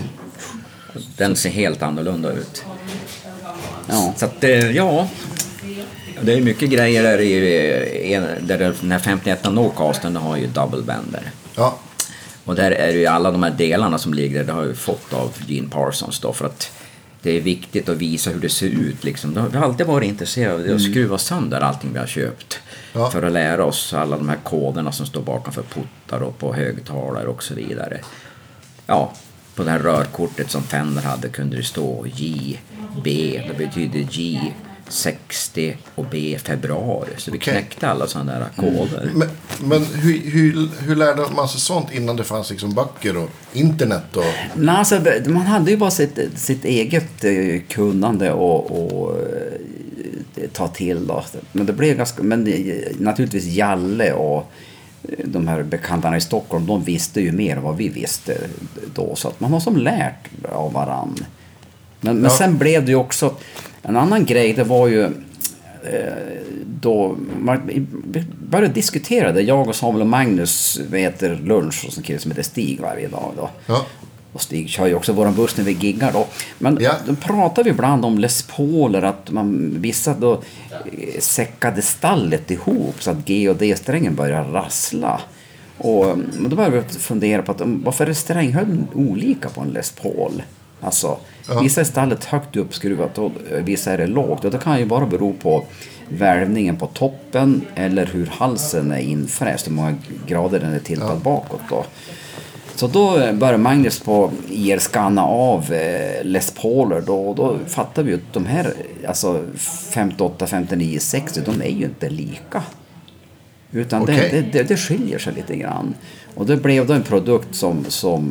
Den ser helt annorlunda ut. Ja. Så att, ja, det är mycket grejer där i där den här femtioett Nocasten har ju double bender. Ja. Och där är ju alla de här delarna som ligger där, det har ju fått av Gene Parsons då, för att det är viktigt att visa hur det ser ut liksom. Vi har alltid varit intresserade av att skruva sönder allting vi har köpt. Ja. För att lära oss alla de här koderna som står bakom för puttar och på högtalare och så vidare. Ja, på det här rörkortet som Fender hade kunde det stå J, B, det betyder J sextio och B februari. Så vi Okej. knäckte alla sådana där koder. Men, men hur, hur, hur lärde man sig sånt innan det fanns liksom böcker och internet? Och... Nej, alltså, man hade ju bara sitt, sitt eget eh, kunnande och, och eh, ta till då. Men det blev ganska, men eh, naturligtvis Jalle och eh, de här bekantarna i Stockholm, de visste ju mer än vad vi visste då, så att man har som lärt av varann. Men, men Ja. sen blev det ju också en annan grej, det var ju eh, då man började diskutera det, jag och Samuel och Magnus, vi äter lunch hos en kille som heter Stig varje dag då. Ja. Och Stig kör ju också våran buss när vi giggar då. Men Ja. då pratar vi ibland om Les Pauler, att man, vissa då eh, säckade stallet ihop så att G och D-strängen började rassla. Och men då började vi fundera på att, varför är stränghöjden olika på en Les Paul? Alltså, Ja. vissa är stallet högt uppskruvat och vissa är det lågt. Och det kan ju bara bero på välvningen på toppen eller hur halsen är infräst, hur många grader den är tiltad Ja. bakåt då. Så då började Magnus på I R skanna av eh, Les Pauler då, och då fattar vi att de här, alltså femtioåtta, femtionio, sextio, de är ju inte lika. Utan Okej. det, det, det skiljer sig lite grann. Och det blev då en produkt som, som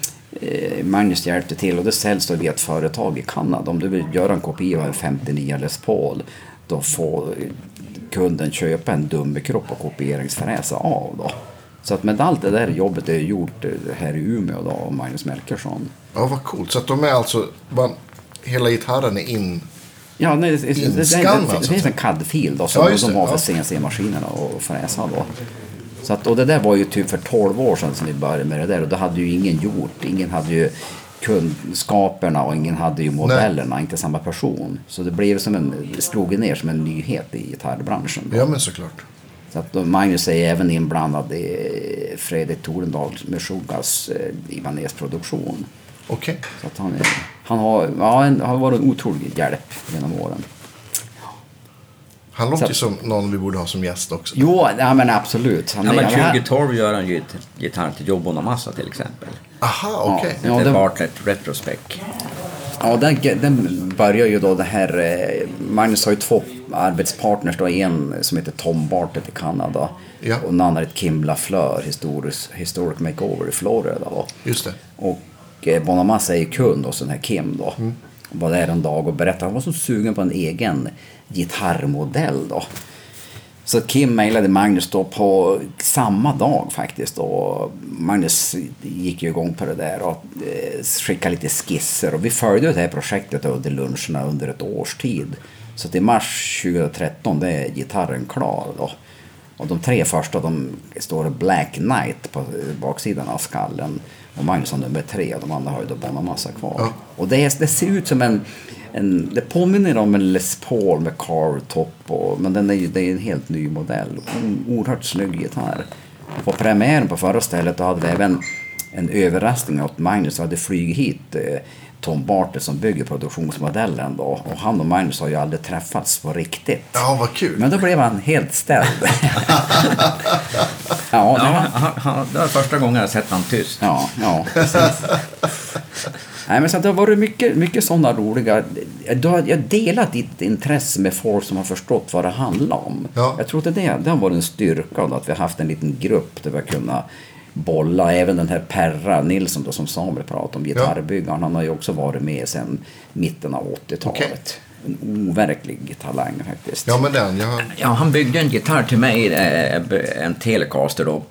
eh, Magnus hjälpte till, och det säljs då via ett företag i Kanada. Om du vill göra en kopia av en femtionio Les Paul, då får kunden köpa en dumbekropp och kopieringsfräsa av då. Så att med allt det där jobbet är gjort här i Umeå då, av Magnus Melkersson. Ja, vad coolt. Så att de är alltså, man, hela gitarren är in... Ja, nej, det, det, det, det, Inskannad, det, det så att finns en C A D-fil då, som Ja, de just det, har för ja. C N C-maskinerna och fräsa då. Så att, och det där var ju typ för tolv år sedan som vi började med det där, och då hade ju ingen gjort, ingen hade ju kunskaperna och ingen hade ju modellerna, inte samma person. Så det blev som en, det slog ner som en nyhet i gitarrbranschen då. Ja, men såklart. Så att då Magnus är även inblandad i Fredrik Torendal med Sugas eh, Ibanez produktion. Okej. Så att han, är, han har, ja, en, har varit en otrolig hjälp genom åren. Han låter Så- ju som någon vi borde ha som gäst också. Jo, ja, men absolut. Han Ja, är- men han är- tjugo tolv gör han ju ett gitarr till Joe Bonamassa till exempel. Aha, okej. Ja, Ett den- Bartlett Retrospec. Ja, den, den börjar ju då det här... eh, Magnus har ju två arbetspartners då. En som heter Tom Bartlett i Kanada. Ja. Och en annan heter Kim Lafleur, Historic, Historic Makeover i Florida då. Just det. Och eh, Bonamassa är ju kund hos den här Kim då. Mm. Var där en dag och berättade. Han var så sugen på en egen gitarrmodell då. Så Kim mejlade Magnus då på samma dag faktiskt. Och Magnus gick ju igång på det där och eh, skickade lite skisser. Och vi följde det här projektet under luncherna under ett års tid. Så till mars tjugohundratretton det är gitarren klar då. Och de tre första de står Black Knight på baksidan av skallen. Och Magnus har nummer tre och de andra har ju då Bonamassa kvar. Ja. Och det, är, det ser ut som en, en... Det påminner om en Les Paul med carve-topp. Och, men den är ju, det är en helt ny modell. En oerhört snygg gitarr. På premiären på förra stället då hade vi även en överraskning åt Magnus. Vi hade flygit hit eh, Tom Bartlett som bygger produktionsmodellen då. Och han och Magnus har ju aldrig träffats på riktigt. Ja, vad kul. Men då blev han helt ställd. ja, Ja, det var, han, han, det var första gången jag sett han tyst. ja, ja, precis. Nej, men så att det har varit mycket, mycket sådana roliga... Du har, jag delar ditt intresse med folk som har förstått vad det handlar om. Ja. Jag tror att det, det har varit en styrka då, att vi har haft en liten grupp där vi har kunnat bolla. Även den här Perra Nilsson då, som Samuel pratade om, gitarrbyggaren. Han har ju också varit med sedan mitten av åttiotalet. Okej. En overklig talang faktiskt. Ja, men den. Jag... Ja, han byggde en gitarr till mig, eh, en Telecaster då,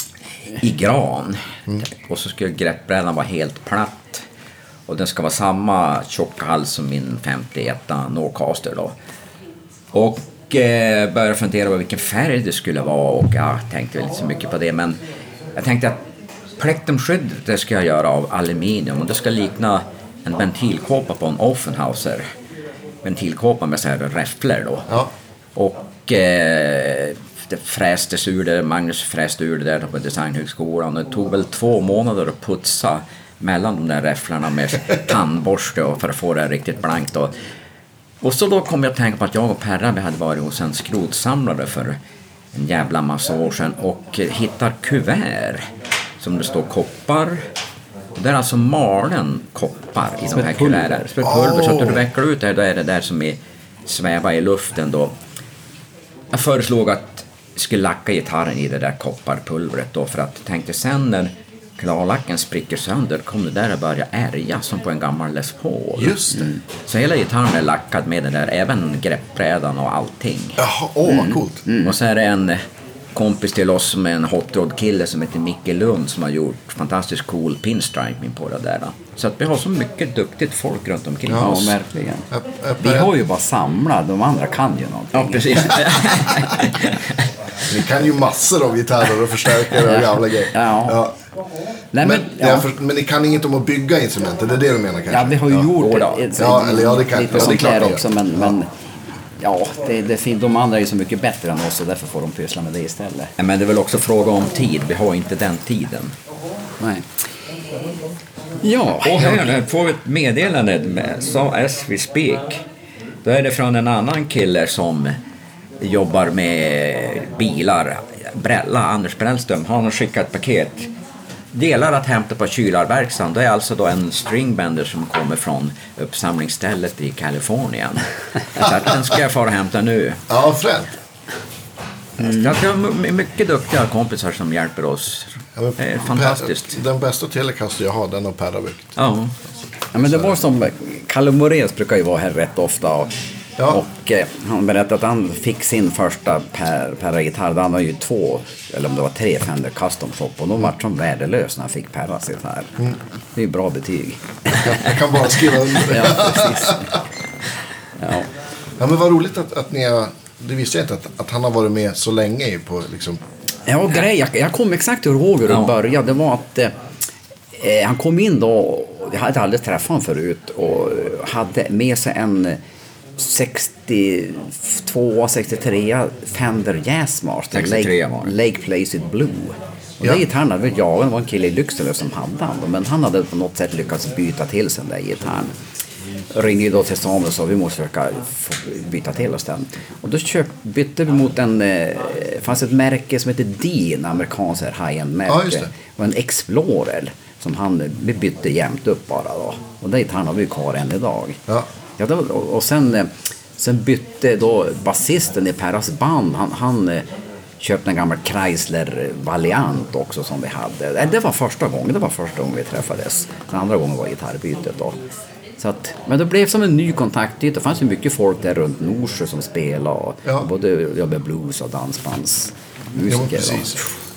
i gran. Och så skulle greppbrädan vara helt platt. Och den ska vara samma tjocka hals som min femtioett Nocaster då. Och eh, började fundera på vilken färg det skulle vara. Och jag tänkte väl inte så mycket på det. Men jag tänkte att plektrumskyddet det ska jag göra av aluminium. Och det ska likna en ventilkåpa på en Offenhauser. Ventilkåpa med så här räfflor då. Ja. Och eh, det frästes ur det. Magnus fräste ur det där på Designhögskolan. Det tog väl två månader att putsa mellan de där räfflarna med tandborste och för att få det riktigt blankt. Och, och så då kom jag att tänka på att jag och Perra vi hade varit hos en skrotsamlare för en jävla massa år sedan och hittar kuvert som det står koppar. Det är alltså malen koppar i de här kuverten. Pulver. Så att du vecklar ut det då är det där som är svävar i luften då. Jag föreslog att jag skulle lacka gitarren i det där kopparpulvret då, för att jag tänkte sen när klarlacken spricker sönder kommer det där att börja ärja som på en gammal Les Paul. Just det. Mm. Så hela gitarren är lackad med det där, även greppbrädan och allting. Jaha, åh vad coolt. Mm. Och så är det en kompis till oss med en hot rod kille som heter Micke Lund som har gjort fantastiskt cool pinstriping på det där. Då. Så att vi har så mycket duktigt folk runt omkring Ja, oss. verkligen. Ä- ä- Vi har ju bara samlat, de andra kan ju någonting. Ja, precis. Ni kan ju massor av gitarrer och förstärkare och gamla grejer. Ja. Ja. Nej, Men, men, jag ja. för, men ni kan inget om att bygga instrumenter, det är det du menar kanske? Ja, vi har ju gjort Jo då. ett, Ja, eller ja, det kan- lite ja, det är sånt klart där det gör. också, men, men ja, det, det fin- de andra är ju så mycket bättre än oss och därför får de pyssla med det istället. Ja, men det är väl också fråga om tid. Vi har inte den tiden. Nej. Ja, Och här får vi ett meddelande med So as we speak. Då är det från en annan kille som jobbar med bilar. Brälla, Anders Brällström. Han har skickat ett paket. Delar att hämta på kylarverkstan. Det är alltså då en stringbender som kommer från uppsamlingsstället i Kalifornien. Så att den ska jag fara och hämta nu. Ja, fränt. Mm. Jag har mycket duktiga kompisar som hjälper oss. Ja, men Det är fantastiskt. Per, den bästa Telecaster jag har, den har Perra byggt. Ja. ja, men det var som Kalle Moraeus brukar ju vara här rätt ofta och, Ja. och eh, han berättade att han fick sin första per, per gitarr. Han har ju två, eller om det var tre Fender Custom Shop och de var som värdelös när han fick Perras gitarr. Mm. Det är ju bra betyg. Jag kan bara skriva under. Ja, precis. Ja. Ja, men vad roligt att, att ni har... Det visste jag inte att, att han har varit med så länge på liksom... Ja, grej, jag, jag kom exakt ihåg hur det Ja. började. Det var att eh, han kom in då, jag hade aldrig träffat honom förut och hade med sig en sextiotvå sextiotre Fender Jazzmaster sextiotre Lake, var det. Lake Placid Blue. Och Ja. den gitarren hade jag, det var en kille i Lycksele som hade han, men han hade på något sätt lyckats byta till sig den där gitarren. Jag ringde ju då till Samuel och sa vi måste försöka få byta till oss den. Och då köp, bytte vi mot en, eh, fanns ett märke som heter Dean, amerikansk high-end märke. Ja, just det. Och en Explorer som han, vi bytte jämt upp bara då. Och den gitarren har vi kvar än idag. Ja. Ja, det var, och sen, eh, sen bytte då basisten i Perras band, han, han eh, köpte en gammal Chrysler Valiant också som vi hade. Eh, Det var första gången, det var första gången vi träffades. Den andra gången var gitarrbytet då. Så att, men det blev som en ny kontaktyta. Det fanns ju mycket folk där runt Norsjö som spelade. Och Ja. både jobbade blues och dansbandsmusiker. Ja, men precis.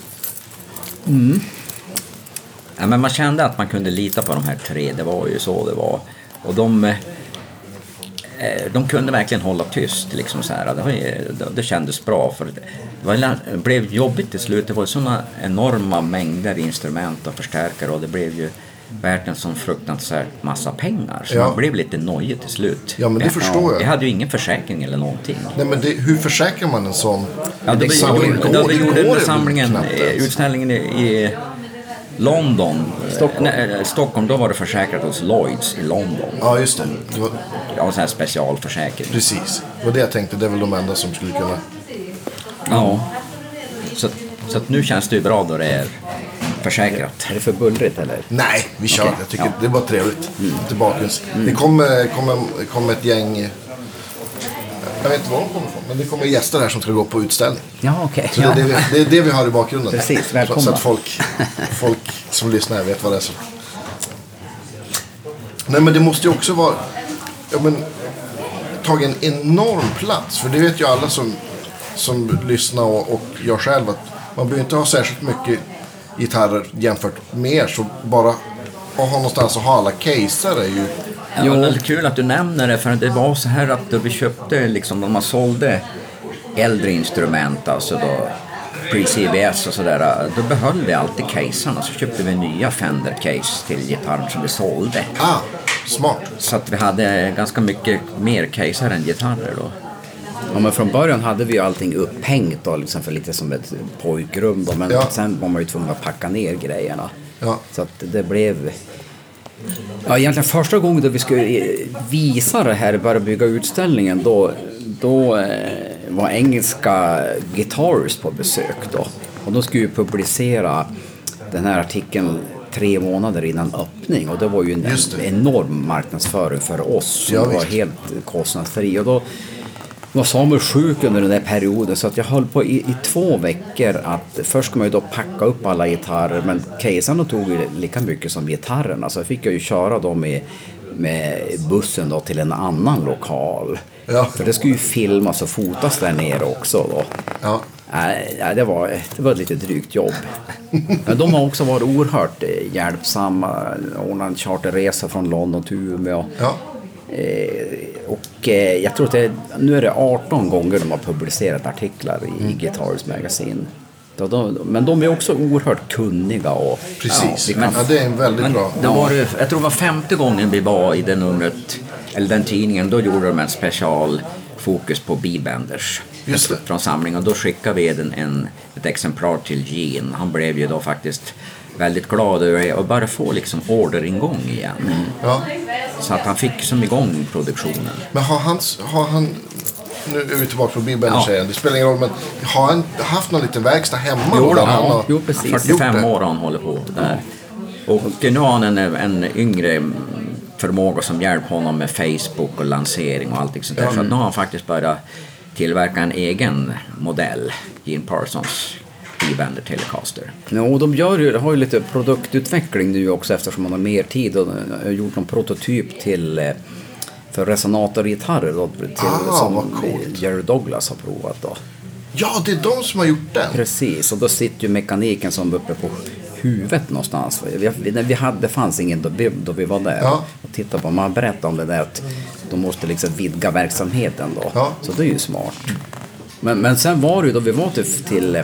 Ja, men man kände att man kunde lita på de här tre. Det var ju så det var. Och de, eh, de kunde verkligen hålla tyst. Liksom så här. Det, var, det, det kändes bra. För det, var, det blev jobbigt till slut. Det var sådana enorma mängder instrument och förstärkare. Och det blev ju värt en sån fruktansvärt massa pengar. Så Ja. man blev lite nojig till slut. Ja, men det förstår jag. Jag hade ju ingen försäkring eller någonting. Nej, men det, hur försäkrar man en sån Ja, då vi, samling? då, då vi Går- gjorde går den det samlingen, knappt eh, ens? utställningen i, i London. Stockholm. Nej, Stockholm, då var det försäkrat hos Lloyds i London. Ja, just det. det var, Ja, en sån här specialförsäkring. precis. Det var det jag tänkte. Det är väl de enda som skulle kunna... Ja. Så, så att nu känns det ju bra då det är försäkrat. Är det för bullrigt eller? Nej, vi kör. Okej, Jag tycker ja. det är bara trevligt. Lite bakgrunds. Det kommer, kommer, kommer ett gäng... Jag vet inte var de kommer ifrån, men det kommer gäster här som ska gå på utställning. Ja, okej. Så det, är det, vi, det är det vi har i bakgrunden. Precis, så, välkomna. så att folk, folk som lyssnar vet vad det är som... Nej, men det måste ju också vara... Ja, men, tagit en enorm plats. För det vet ju alla som, som lyssnar och, och jag själv att man behöver inte ha särskilt mycket gitarrer jämfört med er. Så bara att ha någonstans att ha alla caser är ju Ja, det är kul att du nämner det, för det var så här att då vi köpte, liksom, när man sålde äldre instrument, alltså då pre-C B S och sådär, då behöll vi alltid caserna, så köpte vi nya Fender-case till gitarren som vi sålde. Ah, smart. Så att vi hade ganska mycket mer caser än gitarrer då. Ja, men från början hade vi ju allting upphängt då, liksom för lite som ett pojkrum då, men ja. sen var man ju tvungen att packa ner grejerna. Ja. Så att det blev... Ja, egentligen första gången då vi skulle visa det här, bara bygga utställningen, då, då eh, var engelska Guitarist på besök då. Och de skulle ju publicera den här artikeln tre månader innan öppning, och det var ju en, en enorm marknadsföring för oss som ja, var helt kostnadsfri. Och då var Samuel sjuk under den där perioden, så att jag höll på i, i två veckor att först ska man ju då packa upp alla gitarrer, men caserna tog ju lika mycket som gitarrerna, så jag fick jag ju köra dem med, med bussen då till en annan lokal. Ja. För det skulle ju filmas och fotas där nere också då. Ja. Nej, det var, det var ett lite drygt jobb. Men de har också varit oerhört hjälpsamma. Ordnade en charterresa från London till Umeå. Ja. Eh, och eh, jag tror att det, nu är det arton gånger de har publicerat artiklar i, mm. i Guitarist Magazine. Då, då, men de är också oerhört kunniga. Och, precis, ja, kan, ja, det är en väldigt men, bra. Det var, jag tror det var femte gången vi var i den numret, eller den tidningen, då gjorde de en special fokus på B-benders från samlingen, och då skickade vi en, en, ett exemplar till Gene. Han blev ju då faktiskt väldigt glad över att bara få liksom orderingång igen. Mm. Ja. Så att han fick som igång produktionen. Men har han, har han nu är vi tillbaka på B-benders igen, det spelar ingen roll, men har han haft någon liten verkstad hemma? Jo, då, han ja, har jo precis. fyrtiofem år han håller på där. Och nu har han en, en yngre förmåga som hjälper honom med Facebook och lansering och allting sånt där. Mm. Så att nu har han faktiskt börjat tillverka en egen modell, Gene Parsons B-bender Telecaster. Ja, och de gör ju, har ju lite produktutveckling nu också, eftersom man har mer tid, och har gjort en prototyp till för resonatorgitarrer då, till, ah, som Jerry Douglas har provat då. Ja, det är de som har gjort den. Precis, och då sitter ju mekaniken som uppe på huvudet någonstans. Vi, vi, vi hade, det fanns ingen då vi, då vi var där ja. och tittade på. Man berättade om det där att de måste liksom vidga verksamheten då. Ja. Så det är ju smart. Men, men sen var det ju då vi var till, till,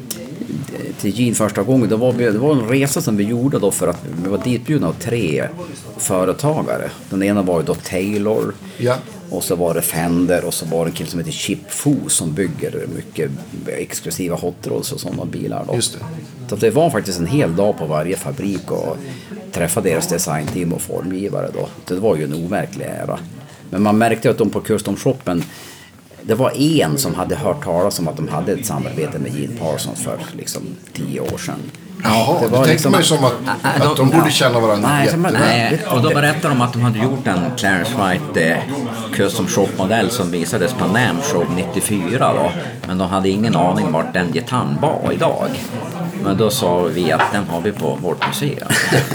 till Gene första gången. Det var, det var en resa som vi gjorde då, för att vi var ditbjudna av tre företagare. Den ena var ju då Taylor. Ja. Och så var det Fender, och så var det en kille som heter Chip Fu som bygger mycket exklusiva hot rods och sådana bilar då. Just det. Så det var faktiskt en hel dag på varje fabrik och träffa deras designteam och formgivare då. Det var ju en overklig ära. Men man märkte att de på Custom Shoppen, det var en som hade hört talas om att de hade ett samarbete med Gene Parsons för liksom tio år sedan. Jaha, det, det tänkte liksom man ju som att, att, att de borde känna varandra. Nej, nej, och då berättade de att de hade gjort en Clarence White eh, Custom Shop-modell som visades på NAMM Show nittiofyra då. Men de hade ingen aning vart den gitarren var idag. Men då sa vi att den har vi på vårt museum.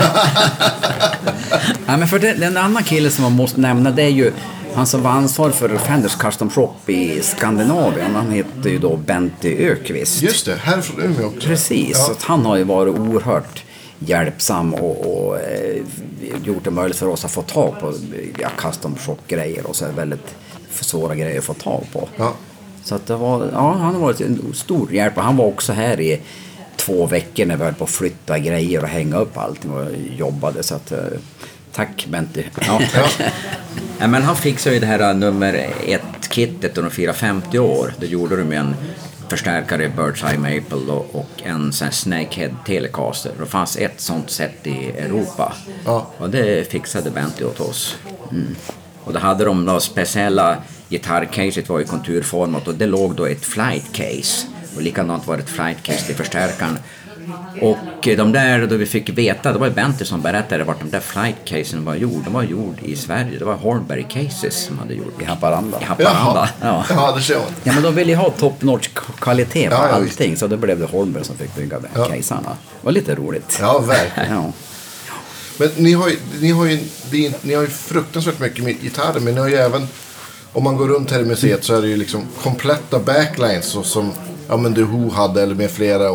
Ja, men för det, den andra killen som man måste nämna, det är ju han som var ansvarig för Fenders Custom Shop i Skandinavien. Han heter ju då Bente Ökvist. Just det, här från Umeå också. Precis, ja. Så att han har ju varit oerhört hjälpsam och, och eh, gjort det möjligt för oss att få tag på ja, Custom Shop-grejer, och så är väldigt svåra grejer att få tag på. Ja. Så att det var, ja, han har varit en stor hjälp, och han var också här i två veckor när vi höll på att flytta grejer och hänga upp allting och jobbade, så att tack Bente. Ja. Ja, men han fixade ju det här nummer ett kittet och de firar femtio år. Då gjorde de en förstärkare Bird's Eye Maple och, och en sån Snakehead Telecaster. Det fanns ett sånt sätt i Europa. Ja. Och det fixade Bente åt oss. Mm. Och då hade de då speciella gitarrcaset var i konturformat, och det låg då ett flight case. Och likadant var det ett flight case till förstärkaren. Och de där, då vi fick veta, det var Bente som berättade vart de där flight casen var gjord. De var gjord i Sverige. Det var Hornberry Cases som hade gjort i Haparanda. I Haparanda. Ja, ja, det ser jag. Ja, men de ville ju ha top notch kvalitet på ja, ja, allting, så det blev det Hornberry som fick bygga ja. casarna. Det var lite roligt. Ja, verkligen. Ja. Men ni har ju, ni har ju, ni har ju fruktansvärt mycket med gitarrer, men ni har ju även, om man går runt här i museet så är det ju liksom kompletta backlines, så som ja, men The Who hade eller med flera, och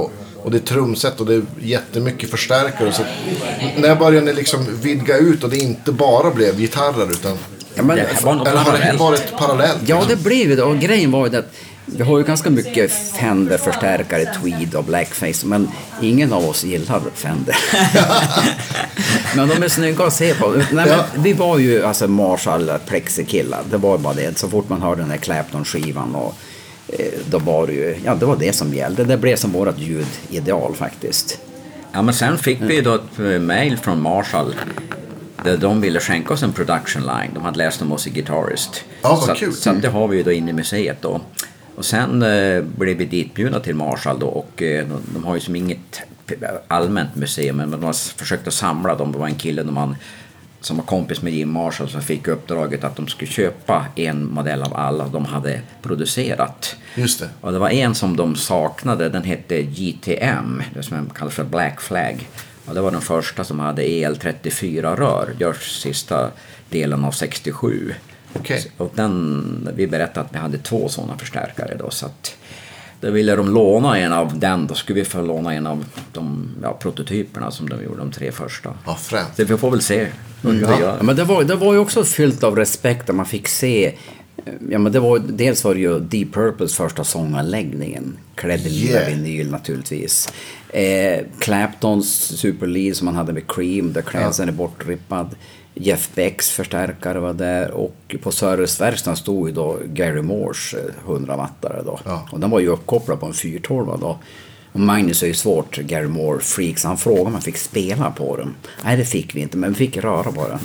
Och det är trumset och det är jättemycket förstärkare. Så när började ni liksom vidga ut och det inte bara blev gitarrer utan... Ja, men, Det var något eller har det parallellt. varit parallellt? ja, det blev det. Och grejen var ju att vi har ju ganska mycket Fender-förstärkare, Tweed och Blackface, men ingen av oss gillar Fender. Men de är snygga att se på. Nej, men Ja. vi var ju alltså Marshall plexikillar. Det var bara det. Så fort man hörde den här Clapton-skivan och eh, då var det ju, ja, det var det som gällde. Det blev som vårt ljudideal faktiskt. Ja, men sen fick vi då ett mail från Marshall där de ville skänka oss en production line. De hade läst om oss i Guitarist. Ja, vad så, kul. så att det har vi ju då inne i museet då. Och sen eh, blev vi ditbjudna till Marshall då och eh, de, de har ju som inget allmänt museum men de har försökt att samla dem. Det var en kille de man, som var kompis med Jim Marshall som fick uppdraget att de skulle köpa en modell av alla de hade producerat. Just det. Och det var en som de saknade, den hette G T M, det som kallas för Black Flag. Och det var den första som hade E L trettiofyra-rör, görs sista delen av sextiosju. Okej. Och den, vi berättade att vi hade två sådana förstärkare då, så att då ville de låna en av den, då skulle vi få låna en av de ja, prototyperna som de gjorde, de tre första. Ja, främt. Så vi får väl se hur vi Ja. gör. Ja, men det var, det var ju också fyllt av respekt där man fick se. Ja, men det var, dels var det ju Deep Purples första sånganläggningen, klädd i lila Yeah. vinyl naturligtvis. Eh, Claptons superlead som man hade med Cream, där klädseln är bortrippad. Jeff Becks förstärkare var där och på serviceverkstaden stod ju då Gary Moores hundra-wattare då. Ja. Och den var ju uppkopplad på en fyrtolva då. Och Magnus är ju svårt, Gary Moore freaks, han frågade om man fick spela på dem. Nej, det fick vi inte, men vi fick röra bara.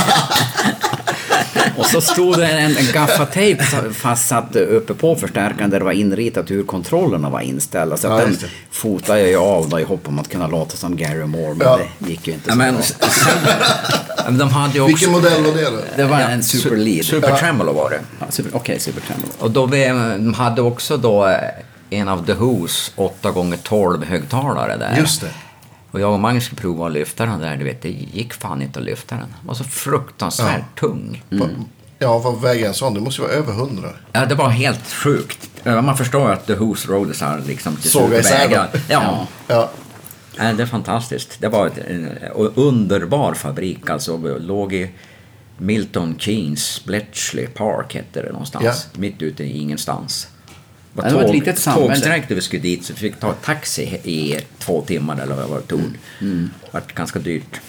Och så stod det en, en gaffatejp fastsatt uppe på förstärkaren där det var inritat hur kontrollerna var inställda. Så att Ja, den just det. fotade jag ju av då i hopp om att kunna låta som Gary Moore, men Ja. det gick ju inte Ja, så men, bra. sen, de hade ju också... Vilken modell var det då? Det var en superlead. Super Tremolo var det. Ja, super, Okej, Super Tremolo. Och då vi, de hade också då en av The Who's åtta gånger tolv högtalare där. Just det. Och jag och Magnus skulle prova att lyfta den där, du vet, det gick fan inte att lyfta den. Den var så fruktansvärt tung. Ja, vad väger en sån? Det måste ju vara över hundra. Ja, det var helt sjukt. Ja, man förstår att The Who's Roaders har liksom till Såga slut isär vägar. dem. Ja. Ja. Ja, det är fantastiskt. Det var ett, en en underbar fabrik. Alltså, vi låg i Milton Keynes, Bletchley Park hette det någonstans. Ja. Mitt ute i ingenstans. Ja, det var ett litet samhälle. Tågsträck där vi skulle dit så vi fick ta taxi i två timmar eller vad det tog. Mm. Det var ganska dyrt.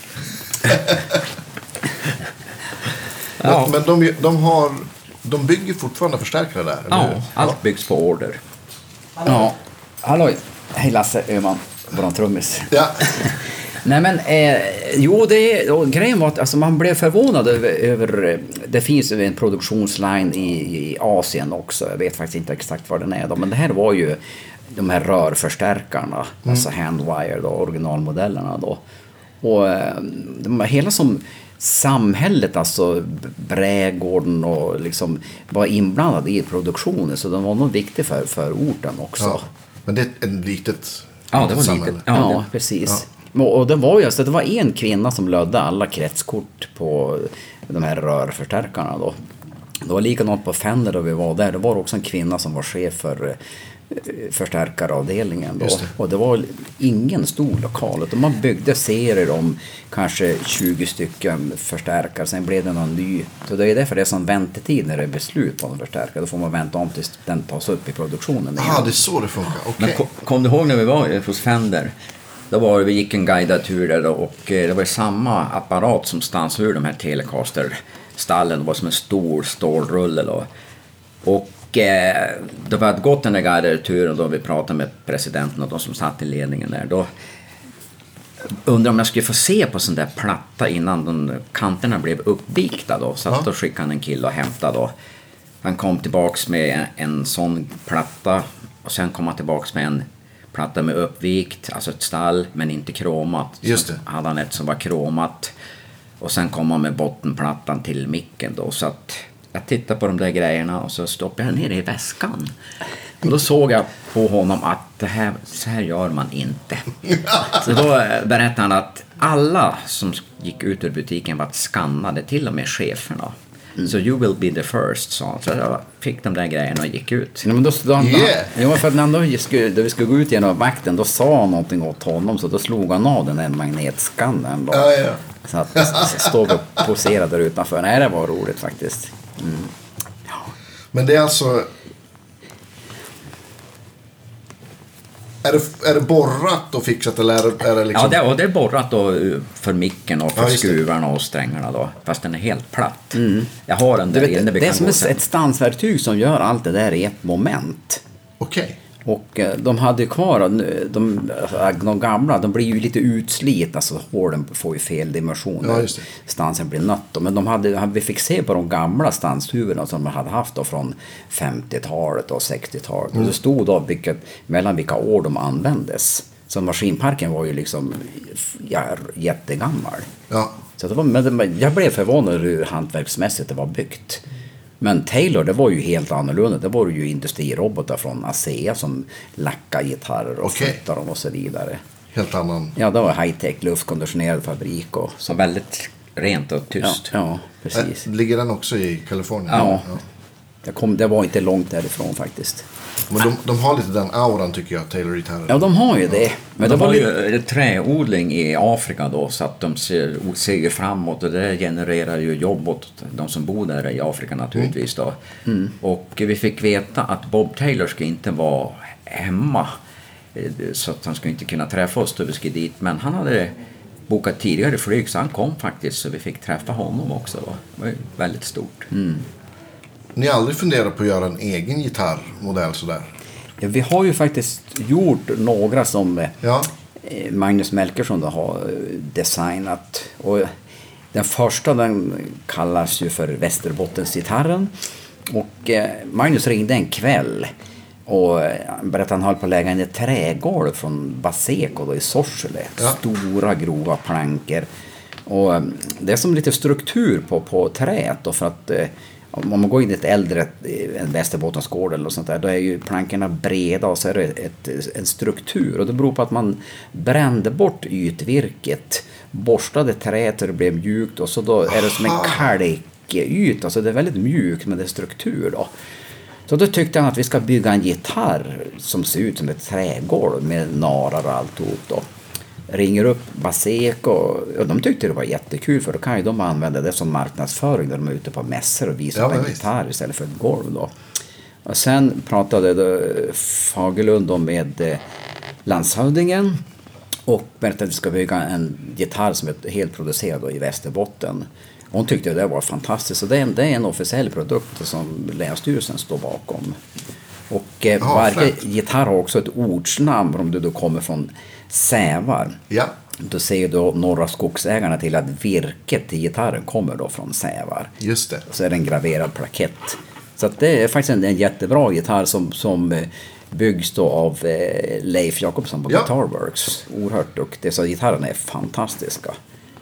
Men, men de, de har... De bygger fortfarande förstärkare där, eller Ja, hur? allt byggs på order. Ja. Hallå, hej Lasse Öhman, våran trummis. Ja. Nej men, eh, jo det är, och grejen var att alltså, man blev förvånad över, över, det finns en produktionsline i, i Asien också, jag vet faktiskt inte exakt vad den är då, men det här var ju de här rörförstärkarna, mm. alltså handwire då, originalmodellerna då. Och eh, de, hela som samhället, alltså brädgården och liksom var inblandad i produktionen, så de var nog viktig för, för orten också. Ja. Men det är ett litet, Ja, det var samhälle. litet. Ja, Ja, precis. Och det var ju alltså, det var en kvinna som lödde alla kretskort på de här rörförstärkarna då. Det var likadant på Fender då vi var där. Det var också en kvinna som var chef för förstärkaravdelningen då. Just det. Och det var ingen stor lokal, utan man byggde serier om kanske tjugo stycken förstärkare, sen blev det någon ny. Så det är därför det är sån väntetid när det är beslut på en förstärkare. Då får man vänta om tills den tas upp i produktionen. Ja, det är så det funkar. Okej. Men kom, kom du ihåg när vi var hos Fender? Då var det, vi gick en guidad tur där då, och eh, det var samma apparat som stans ur de här Telecaster-stallen. Det var som en stor stålrulle då. Och eh, då vi hade gått den där guidade turen, då vi pratade med presidenten och de som satt i ledningen där. Då undrade om jag skulle få se på sån där platta innan de kanterna blev uppvikta då. Så att då skickade han en kille och hämtade då. Han kom tillbaks med en sån platta och sen kom han tillbaks med en platta med uppvikt, alltså ett stall men inte kromat. Just det. Så hade han ett som var kromat och sen kom han med bottenplattan till micken då, så att jag tittade på de där grejerna och så stoppade jag ner det i väskan. Och då såg jag på honom att det här, så här gör man inte. Så då berättade han att alla som gick ut ur butiken var skannade, till och med cheferna. Mm. Så you will be the first, sa han. Så jag fick de där grejerna och gick ut. Ja, men då, då, Yeah. ja, för att när vi skulle, då vi skulle gå ut genom vakten, då sa han någonting åt honom, så då slog han av den där magnetskannern då. Ja, ja. Så att stod och poserade där utanför. Nej, det var roligt faktiskt. Mm. Men det är alltså... Är det, är det borrat och fixat eller är det, är det liksom... Ja, det, och det är borrat då för micken och för Ja, just det. skruvarna och strängarna då. Fast den är helt platt. Mm. Jag har den Du där vet, inne. Vi det är kan som gå ett, sen. ett stansverktyg som gör allt det där i ett moment. Okej. Och eh, de hade ju kvar, de, de, de gamla, de blir ju lite utslitna, alltså hålen får ju fel dimensioner. Ja, just det. Stansen blir nött då. Men de hade, vi fick se på de gamla stanshuvudena som de hade haft då från femtiotalet och sextiotalet. Mm. Och det stod då vilket, mellan vilka år de användes. Så maskinparken var ju liksom ja, jättegammal. Ja. Så det var, men jag blev förvånad hur hantverksmässigt det var byggt. Men Taylor, det var ju helt annorlunda. Det var ju industrirobotar från ASEA som lackade gitarrer och Okej. flyttade dem och så vidare. Helt annan... Ja, det var high-tech, luftkonditionerad fabrik och Så väldigt rent och tyst. Ja, ja precis. Äh, ligger den också i Kalifornien? Ja. Jag kom, det var inte långt därifrån faktiskt. Men de, de har lite den auran tycker jag, Taylor-gitarrer. Ja, de har ju det. Men de det var har lite... ju träodling i Afrika då, så att de ser, ser ju framåt och det genererar ju jobb åt de som bor där i Afrika naturligtvis då. Mm. Och vi fick veta att Bob Taylor ska inte vara hemma, så att han skulle inte kunna träffa oss då vi skulle dit, men han hade bokat tidigare flyg så han kom faktiskt, så vi fick träffa honom också då. Det var ju väldigt stort. Mm. Ni har aldrig funderat på att göra en egen gitarrmodell sådär? Ja, vi har ju faktiskt gjort några som Ja. Magnus Melkersson har designat. Och den första den kallas ju för Västerbottensgitarren. Och Magnus ringde en kväll och berättade att han höll på att lägga in ett trägolv från Baseco då i Sorsele. Ja. Stora grova plankor. Och det är som lite struktur på, på träet då, för att om man går in i ett äldre, en Västerbottensgård eller sånt där, då är ju plankorna breda och så är det ett, en struktur. Och det beror på att man brände bort ytvirket, borstade träet och det blev mjukt och så då är det som en kalkyta. Alltså det är väldigt mjukt med det är struktur då. Så då tyckte han att vi ska bygga en gitarr som ser ut som ett trägolv med narar och alltihop då. Ringer upp Baseco och de tyckte det var jättekul, för då kan ju de använda det som marknadsföring när de är ute på mässor och visar ja, på en gitarr istället för ett golv då. Och sen pratade då Fagerlund om med landshövdingen och berättade att vi ska bygga en gitarr som är helt producerad då i Västerbotten. Hon tyckte det var fantastiskt, så det är en, det är en officiell produkt som Länsstyrelsen står bakom. Och eh, ja, varje främt. gitarr har också ett ordsnamn om du då kommer från Sävar. Ja. Då säger då Norra Skogsägarna till att virket till gitarren kommer då från Sävar. Just det. Så är det en graverad plakett. Så att det är faktiskt en, en jättebra gitarr som, som eh, byggs då av eh, Leif Jakobsson på Ja. Guitarworks. Oerhört duktig. Så gitarrerna är fantastiska.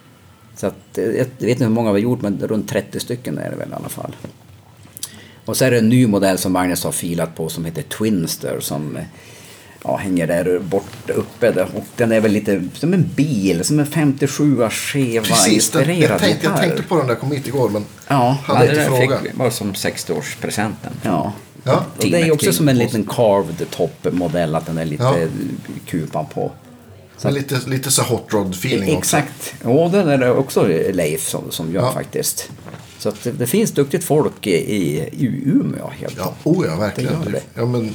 Så att, eh, jag vet inte hur många vi har gjort, men runt trettio stycken är det väl i alla fall. Och så är det en ny modell som Magnus har filat på som heter Twinster som ja, hänger där bort uppe där. Och den är väl lite som en bil, som en femtiosju skeva Precis, inspirerad jag tänkte, jag gitarr. tänkte på den där, kom hit igår men Ja, hade Ja, inte det där frågan. fick, var som sextioårspresenten. Ja. Ja. Och det är ju också som en liten carved top-modell, att den är lite Ja. kupan på. Så lite, lite så hot rod feeling också. Exakt. Och den är det också Leif som, som gör Ja. faktiskt. Så att det, det finns duktigt folk i, i, i Umeå helt Ja, oh ja, verkligen. Det gör det. Ja, men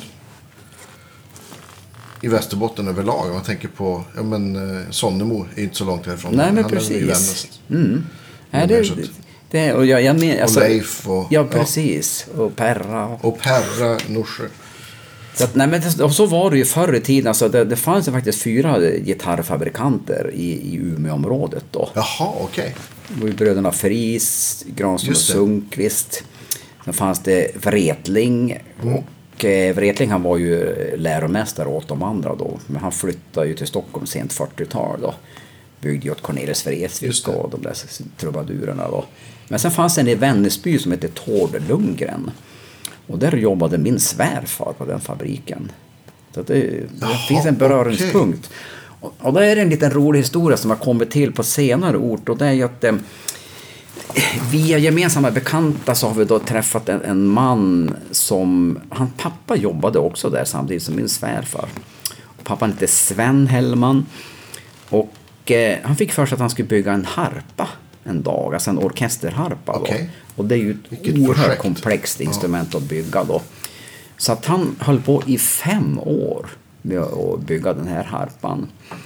i Västerbotten överlag, om man tänker på, ja men eh, Sonnemo är inte så långt härifrån. Nej, men Han är ju precis. Vännäs. Mm. Nej, Men det, så att- det, det, och jag, jag men, alltså, Och Leif och... Ja, precis. Och Perra. Och, Och Perra, Norsjö. så att, nej, men det, och så var det ju förr i tiden. Alltså, det, det fanns ju faktiskt fyra gitarrfabrikanter i, i Umeåområdet då. Jaha, okej. Det var ju bröderna Fries, Granström och Just det. Sundqvist. Sen fanns det Wretling. Och eh, Wretling, han var ju läromästare åt de andra då. Men han flyttade ju till Stockholm sent fyrtiotal då. Byggde ju åt Cornelis Just Vreeswijk det. och de där trubadurerna då. Men sen fanns en i Vännäsby som hette Tord Lundgren. Och där jobbade min svärfar på den fabriken. Så att det, det Jaha, finns en beröringspunkt. Och, och då är det en liten rolig historia som har kommit till på senare ort. Och det är ju att eh, via gemensamma bekanta så har vi då träffat en, en man som, han pappa jobbade också där samtidigt som min svärfar. Och pappan hette Sven Hellman och eh, han fick för sig att han skulle bygga en harpa en dag, alltså en orkesterharpa då. Okay. Och det är ju ett Vilket oerhört projekt. komplext instrument ja. Att bygga då. Så att han höll på i fem år med att bygga den här harpan.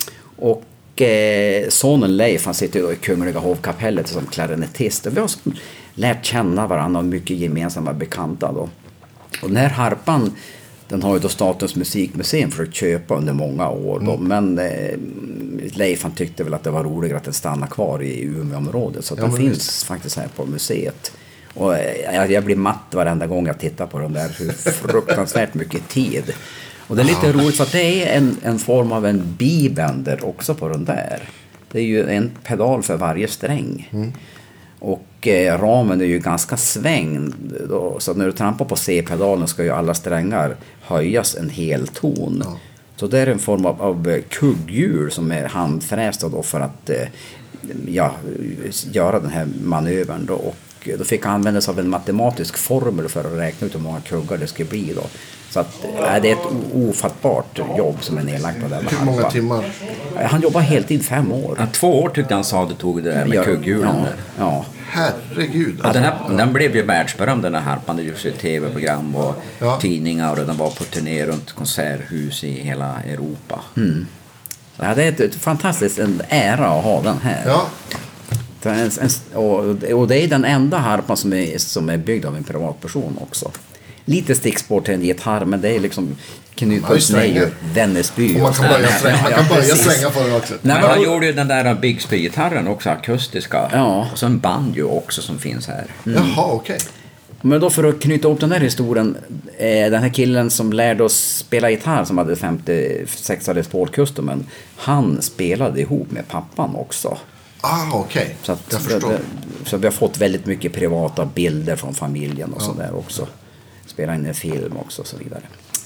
Och eh, sonen Leif, han sitter då i Kungliga hovkapellet som klarinettist. Vi har lärt känna varandra och mycket gemensamma bekanta då. Och den här harpan, den har ju då Statens musikmuseum försökt köpa under många år då. Mm. Men eh, Leif han tyckte väl att det var roligare att den stannar kvar i Umeå-området. Så att ja, den finns visst. Faktiskt här på museet. Och jag, jag blir matt varenda gång jag tittar på den där. Hur fruktansvärt mycket tid. Och det är lite roligt för att det är en, en form av en bibänder också på den där. Det är ju en pedal för varje sträng. Mm. Och eh, ramen är ju ganska svängd. Då, så när du trampar på C-pedalen ska ju alla strängar höjas en hel ton. Ja. Så det är en form av, av kugghjul som är handfrästa då för att eh, ja, göra den här manövern då. Och då fick han använda sig av en matematisk formel för att räkna ut hur många kuggar det skulle bli då. Så att, äh, det är ett ofattbart jobb som är nedlagt på den. Hur många harpa. Timmar? Han jobbar heltid fem år. Ja, två år tyckte han sa det tog det där med kugghjulen. Ja, ja. Herregud. Ja, den, här, den blev ju världsberömd den här harpan. Det gjordes ju tv-program och ja. Tidningar och den var på turné runt konserthus i hela Europa. Mm. Ja, det är ett, ett fantastiskt en ära att ha den här. Ja. En, en, och, och det är den enda harpan som är, som är byggd av en privatperson också. Lite stickspår till en gitarr, men det är liksom Knutens nej Vännäsby. Man kan börja slänga, man kan börja slänga på den också. Nej, men han gjorde ju den där Bigsby-gitarren också, akustiska. Ja. Och så en banjo också som finns här. Mm. Jaha, okej. Okay. Men då för att knyta upp den här historien, eh, den här killen som lärde oss spela gitarr som hade femtiosex-are Paul Customen, han spelade ihop med pappan också. Ah, okej. Okay. Så, att, så, så vi har fått väldigt mycket privata bilder från familjen och ja. Så där också. Spela in en film också och så vidare.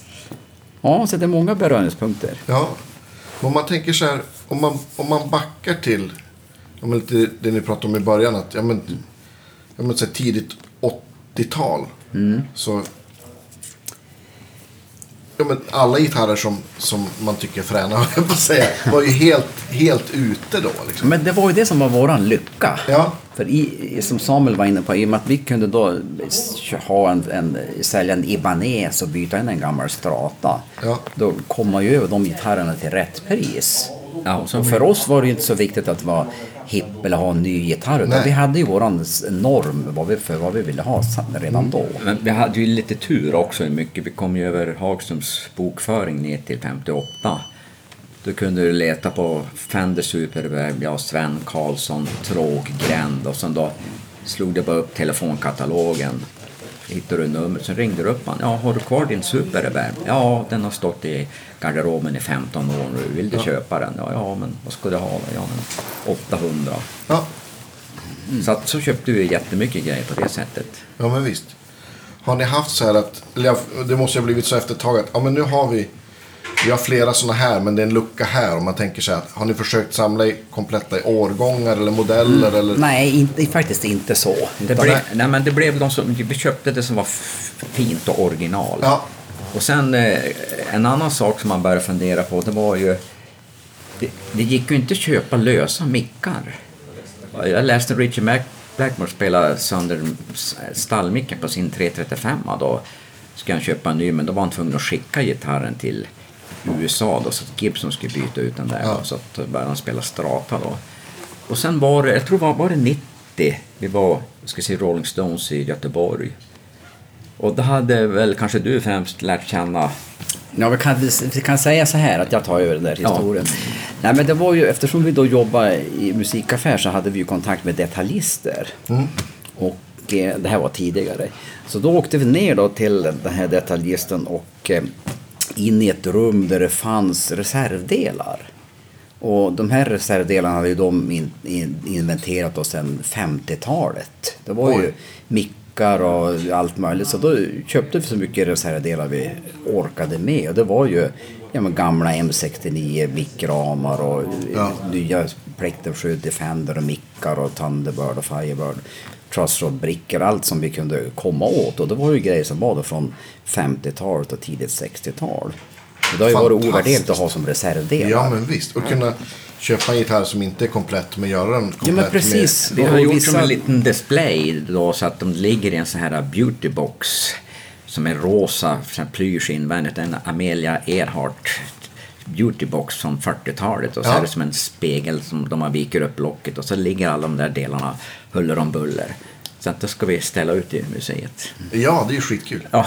Ja, så det är många beröringspunkter. Ja, om man tänker så här, om man, om man backar till ja, men lite det ni pratade om i början, att ja, men, ja, men, så här, tidigt åttiotal mm. så ja, men alla gitarrer som, som man tycker fräna jag på säga, var ju helt, helt ute då. Liksom. Men det var ju det som var våran lycka. Ja. För i, som Samuel var inne på, i och med att vi kunde då ha en, en, sälja en Ibanez och byta in en gammal Strata. Ja. Då kom man ju över de gitarrerna till rätt pris. Ja, så för oss var det ju inte så viktigt att vara hipp eller ha en ny gitarr. Utan vi hade ju våran norm vad vi, för vad vi ville ha redan då. Men vi hade ju lite tur också mycket. Vi kom ju över Hagströms bokföring ner till femtioåtta. Då kunde du leta på Fender Superbag, ja, Sven Karlsson, Tråg, Gränd och sen då slog det bara upp telefonkatalogen. Hittade du numret, så ringde du upp man. Ja, har du kvar din Superbag? Ja, den har stått i garderoben i femton år nu. Vill du ja. Köpa den? Ja, ja, men vad ska du ha? Ja, men åttahundra. Ja. Mm. Så, att, så köpte du jättemycket grejer på det sättet. Ja, men visst. Har ni haft så här att, eller det måste ju ha blivit så eftertaget, ja men nu har vi Vi har flera såna här, men det är en lucka här. Om man tänker sig att, har ni försökt samla i kompletta i årgångar eller modeller? Mm. Eller? Nej, inte, faktiskt inte så. Det blev, nej, men det blev de som, vi köpte det som var fint och original. Ja. Och sen eh, en annan sak som man började fundera på, det var ju, det, det gick ju inte att köpa lösa mickar. Jag läste Richie Mac, Blackmore spela sönder stallmicken på sin tre trettiofem. Då ska han köpa en ny, men då var han tvungen att skicka gitarren till U S A då, så att Gibson skulle byta ut den där. Ja. Då, så att började han spela Strata då. Och sen var det, jag tror var, var det nittio, vi var, jag ska se Rolling Stones i Göteborg. Och då hade väl kanske du främst lärt känna. Ja, vi kan, vi kan säga så här att jag tar över den där historien. Ja. Nej, men det var ju, eftersom vi då jobbade i musikaffär så hade vi ju kontakt med detaljister. Mm. Och eh, det här var tidigare. Så då åkte vi ner då till den här detaljisten och eh, in i ett rum där det fanns reservdelar. Och de här reservdelarna hade ju de in, in, inventerat oss sedan femtiotalet. Det var Oj. ju mickar och allt möjligt. Så då köpte vi så mycket reservdelar vi orkade med. Och det var ju ja, men gamla M sextionio mickramar och ja. nya Plectrum sju Defender och mickar och Thunderbird och Firebird. trussrod-brickor, allt som vi kunde komma åt. Och det var ju grejer som var då från femtiotalet och tidigt sextiotal. Det har ju varit ovärderligt att ha som reservdelar. Ja, men visst. Och kunna köpa en gitarr som inte är komplett, men göra den komplett. Ja, men precis. Vi Vi har har gjort vissa... som en liten display då, så att de ligger i en sån här beautybox som är rosa, sen plysch invändigt, en Amelia Earhart beautybox från fyrtiotalet, och så Ja. är det som en spegel som de har viker upp locket, och så ligger alla de där delarna huller om buller. Så att då ska vi ställa ut i museet. Ja, det är ju skitkul. Ja.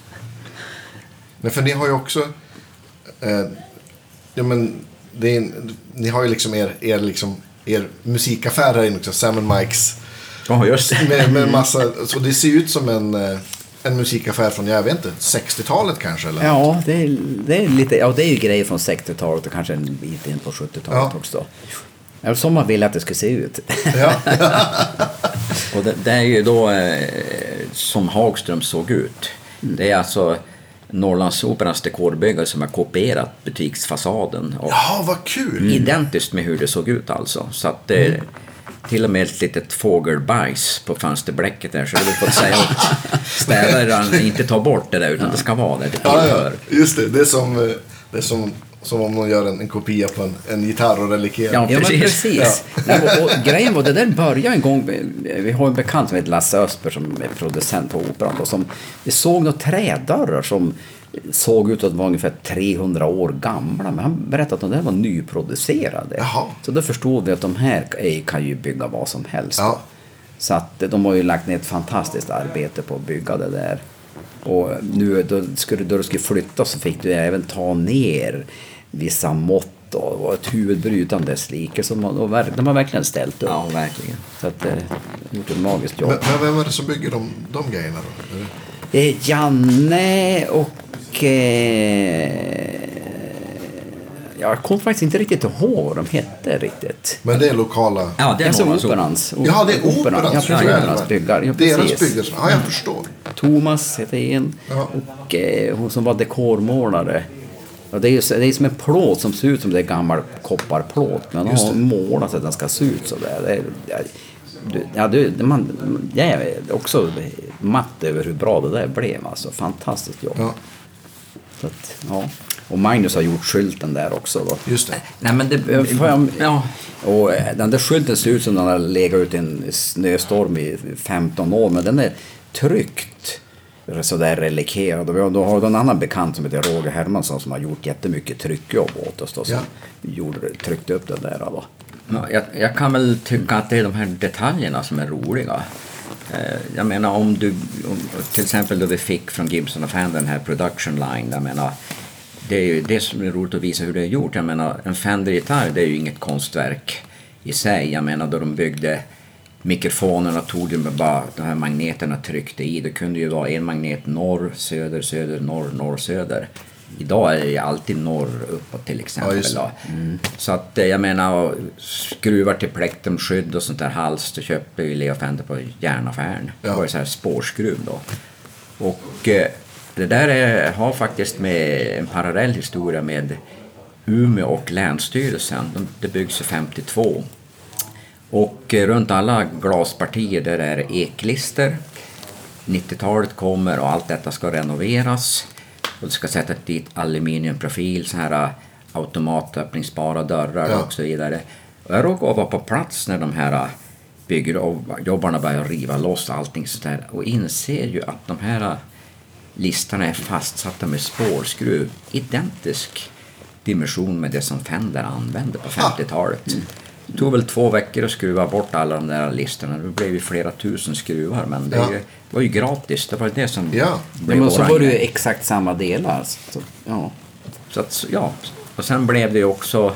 Men för ni har ju också... Eh, ja, men det är, ni har ju liksom er, er, liksom, er musikaffär här inne också, Sam and Mikes. Ja, just det. Med, med massa, så det ser ut som en, eh, en musikaffär från, jag vet inte, sextiotalet kanske? Eller? Ja, det är, det är lite, ja, det är ju grejer från sextiotalet och kanske en bit in på sjuttiotalet Ja. också. Eller som man vill att det ska se ut. Ja. Och det, det är ju då eh, som Hagström såg ut. Mm. Det är alltså Norrlandsoperans dekorbyggare som har kopierat butiksfasaden. Och Jaha, vad kul! identiskt med hur det såg ut alltså. Så att det Mm. till och med ett litet fågelbajs på fönsterblecket där. Så det har vi fått säga åt städaren inte ta bort det där, utan det ska vara det. Det Ja, ja, tillhör. just det. Det är som, eh, det är som, som om man gör en, en kopia på en, en gitarr och relikerar. Ja, Ja, men precis. precis. Nej, och, och, grejen var, det där började en gång, vi har en bekant som heter Lasse Ösper som är producent på Operan, och som, vi såg några trädörrar som såg ut att vara ungefär trehundra år gamla, men han berättade att de där var nyproducerade. Jaha. Så då förstod vi att de här är, kan ju bygga vad som helst. Ja. Så att de har ju lagt ner ett fantastiskt arbete på att bygga det där. Och nu då, skulle, då du skulle flytta så fick du även ta ner vissa mått och, och ett huvudbrytande slike. Så man, och, de har verkligen ställt upp. Ja, verkligen. Så att det eh, gjort ett magiskt jobb. Men, men vem är det som bygger de, de grejerna då? Är det- Eh, Janne och... Eh, jag kommer faktiskt inte riktigt ihåg vad de hette riktigt. Men det är lokala... Ja, det är Alltså Norrlands operans. Ja, det är operans. Ja, precis, Ja, operans byggare. Ja, Deras precis. byggare. Ja, jag förstår. Thomas heter en. Ja. Och eh, hon som var dekormålare. Och det är ju så- det är som en plåt som ser ut som det är gammal kopparplåt. Men de Just har det. målat så att den ska se ut så där. Det är, ja, du, ja, du, man, jag är också matt över hur bra det där blev. Alltså, fantastiskt jobb. Ja, Så att, ja. Och Magnus har gjort skylten där också. Då. just det. Nej, men det... Får jag- Ja. Och eh, den där skylten ser ut som den har legat ut i en snöstorm i femton år, men den är tryckt sådär relikerad. Och vi har- då har vi en annan bekant som heter Roger Hermansson som har gjort jättemycket tryckjobb åt oss då, som Ja. gjorde, tryckte upp det där då. Ja, jag, jag kan väl tycka att det är de här detaljerna som är roliga. Eh, jag menar om du, om, till exempel då vi fick från Gibson och Fender den här production line, jag menar, det är ju det som är roligt att visa hur det är gjort. Jag menar, en Fender-gitarr, det är ju inget konstverk i sig. Jag menar, då de byggde mikrofonerna tog de bara de här magneterna tryckte i. Det kunde ju vara en magnet norr, söder, söder, norr, norr, söder. Idag är det ju alltid norr uppåt till exempel. Ja, just det. då. Så att eh, jag menar, skruvar till plektrumskydd och sånt där hals, det köpte ju Leo Fender på järnaffären. Ja. Det var ju så här spårskruv då. Och eh, det där är, har faktiskt med en parallell historia med Umeå och Länsstyrelsen. De, det byggs ju femtiotvå. Och eh, runt alla glaspartier där är det eklister. nittiotalet kommer och allt detta ska renoveras. Och det ska sätta dit aluminiumprofil, så här automatöppningsbara dörrar Ja. och så vidare. Och jag råkade vara på plats när de här byggjobbarna börjar riva loss allting sånt där. Och inser ju att de här listorna är fastsatta med spårskruv. Identisk dimension med det som Fender använde på femtiotalet. Det tog väl två veckor att skruva bort alla de där listorna. Det blev ju flera tusen skruvar, men det, Ja. är ju, det var ju gratis. Det var det som Ja. blev Men så våran var det ju grej. exakt samma delar. Så, ja. Så att, ja. Och sen blev det ju också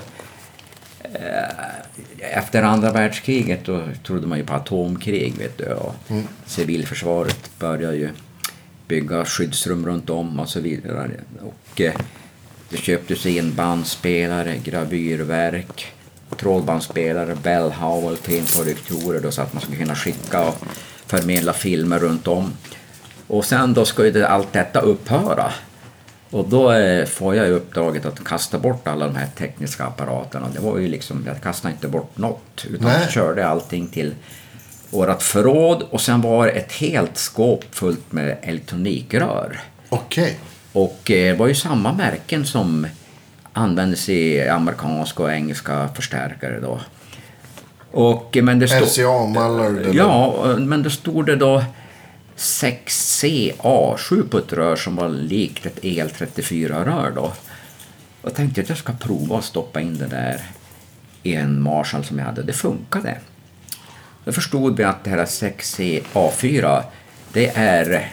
eh, efter andra världskriget då trodde man ju på atomkrig, vet du, och Mm. civilförsvaret började ju bygga skyddsrum runt om och så vidare. Och eh, det köptes in bandspelare, gravyrverk, trådbandspelare, Bell Howell, filmprojektorer då, så att man skulle kunna skicka och förmedla filmer runt om. Och sen då ska ju det, allt detta upphöra. Och då eh, får jag i uppdraget att kasta bort alla de här tekniska apparaterna. Det var ju liksom, jag kastade inte bort något, utan Nej. jag körde allting till vårat förråd och sen var det ett helt skåp fullt med elektronikrör. Okej. Okay. Och eh, det var ju samma märken som användes i amerikanska och engelska förstärkare då. Och, men det stod, R C A, Mallard? Ja, men det stod det då sex C A sju på ett rör som var likt ett E L trettiofyra-rör då. Och jag tänkte att jag ska prova att stoppa in det där i en Marshall som jag hade. Det funkade. Då förstod vi att det här sex C A fyra, det är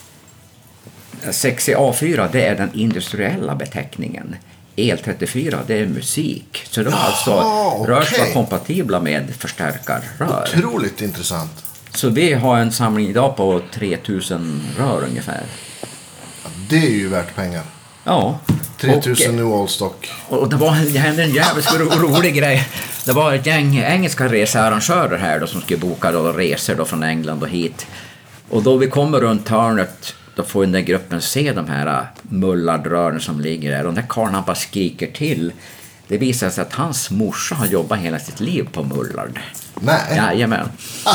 sex C A fyra, det är den industriella beteckningen. E L trettiofyra, det är musik. Så det var alltså Aha, rör okay. som var kompatibla med förstärkarrör. Otroligt intressant. Så vi har en samling idag på tre tusen rör ungefär. Ja, det är ju värt pengar. Ja. tre tusen New Allstock. Och det, var, det hände en jävligt ro, rolig grej. Det var ett gäng engelska researrangörer här då, som skulle boka då resor då från England och hit. Och då vi kommer runt hörnet, då får den där gruppen se de här mullardrören som ligger där. Och den där karln, han bara skriker till. Det visar sig att hans morsa har jobbat hela sitt liv på Mullard. Nej. Jajamän.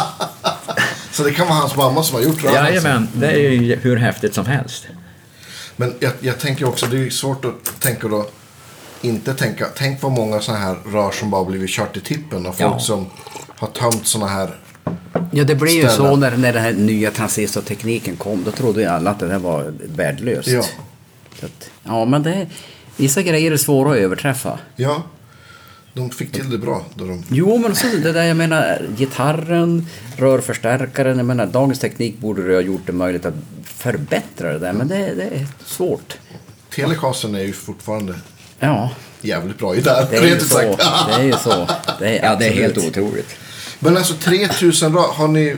Så det kan vara hans mamma som har gjort det. Jajamän, det är ju hur häftigt som helst. Men jag, jag tänker också, det är svårt att tänka då, inte tänka, tänk på många sådana här rör som bara blivit kört i tippen och folk ja. som har tömt sådana här. Ja, det blir ju så när, när den här nya transistortekniken kom, då trodde ju alla att det där var värdelöst. Ja. Så att, ja, men det, vissa grejer är svåra att överträffa. Ja, de fick till det bra. Då de... Jo, men så det där, jag menar, gitarren, rörförstärkaren, jag menar, dagens teknik borde ha gjort det möjligt att förbättra det där, men det, det är svårt. Telecasten är ju fortfarande ja. jävligt bra i där. Det är ju så. Det är ju så. Det är ja, det är helt otroligt. Men alltså tre tusen rör, har ni...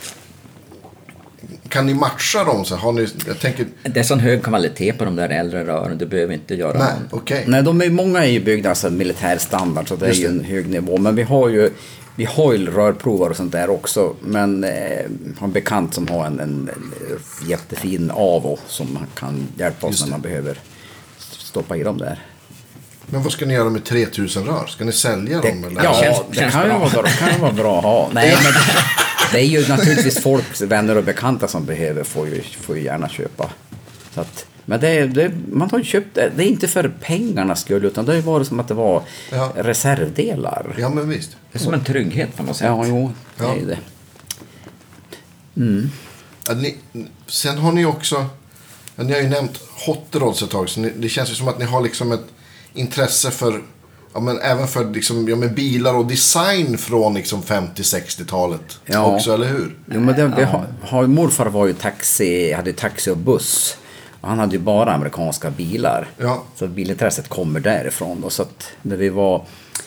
Kan ni matcha dem så? Har ni, jag tänker... Det är sån hög kvalitet på de där äldre rören. Du behöver inte göra Nej, någon. Okay. Nej, de är, många är ju byggda alltså militär standard, så det Just är ju det. En hög nivå. Men vi har ju, vi har ju rörprovar och sånt där också. Men eh, har en bekant som har en, en, en jättefin Avo som kan hjälpa oss när man behöver stoppa i dem där. Men vad ska ni göra med tre tusen rör? Ska ni sälja det, dem? Eller? Ja, det, känns, det känns kan, ju vara bra, kan ju vara bra att ha. Nej, men det är ju naturligtvis folks vänner och bekanta som behöver får ju, får ju gärna köpa. Så att, men det, det, man har ju köpt det. Det är inte för pengarna skull, utan det har ju varit som att det var ja. reservdelar. Ja, men visst. Det är som en trygghet på något sätt. Ja, jo, det ja. är det. Mm. Ja, ni, sen har ni också, ja, ni har ju nämnt hot rods ett tag, så ni, det känns ju som att ni har liksom ett intresse för, ja, men även för liksom, ja, men bilar och design från liksom femtio-sextiotalet ja. också, eller hur? Jo, men det, det har, har, morfar var ju taxi, hade taxi och buss. Och han hade ju bara amerikanska bilar. Ja. Så bilintresset kommer därifrån. Då. Så att när vi var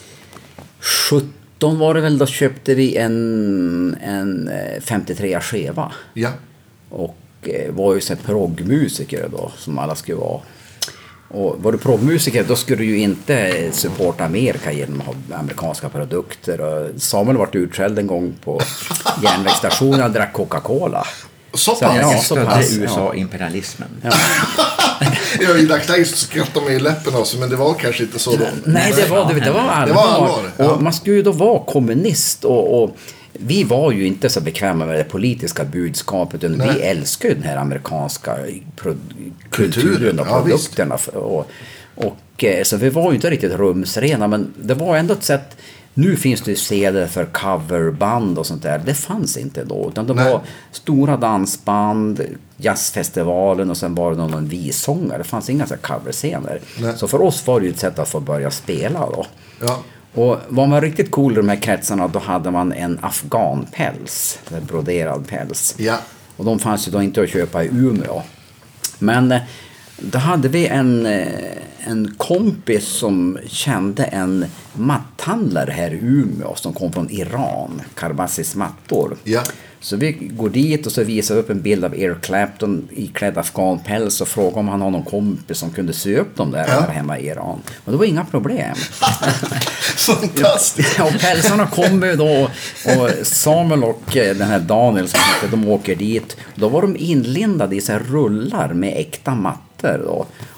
sjutton var det väl, då köpte vi en, en femtiotre skeva. Ja. Och eh, var ju så ett proggmusiker då, som alla skulle vara. Och var du proggmusiker, då skulle du ju inte supporta Amerika genom att ha amerikanska produkter. Och Samuel var utskälld en gång på järnvägsstationen och drack Coca-Cola. Så, så ja, så pass, U S A-imperialismen. Ja. Ja, i dagsläget så skrattar man i läppen också, men det var kanske inte så då. Nej, det var, det, det var allvar. Det var allvar. Ja. Och man skulle ju då vara kommunist och... och vi var ju inte så bekväma med det politiska budskapet, utan vi älskar ju den här amerikanska pro- kulturen och ja, produkterna. Och, och, så vi var ju inte riktigt rumsrena, men det var ändå ett sätt. Nu finns det ju scener för coverband och sånt där. Det fanns inte då, utan det Nej. var stora dansband, jazzfestivalen och sen var det någon vissångare. Det fanns inga så här coverscener. Nej. Så för oss var det ju ett sätt att få börja spela då. Ja. Och var man riktigt cool i de här kretsarna, då hade man en afghanpäls, en broderad päls. Ja. Och de fanns ju då inte att köpa i Umeå. Men då hade vi en, en kompis som kände en matthandlare här i Umeå som kom från Iran, Karbassis mattor. Ja. Så vi går dit och så visar upp en bild av Eric Clapton i klädd afghanpäls och frågar om han har någon kompis som kunde sy upp dem där, ja. där hemma i Iran. Och det var inga problem. Fantastiskt. Ja, och pälsarna kommer ju då och Samuel och den här Daniel som heter, de åker dit. Då var de inlindade i så här rullar med äkta mattor då.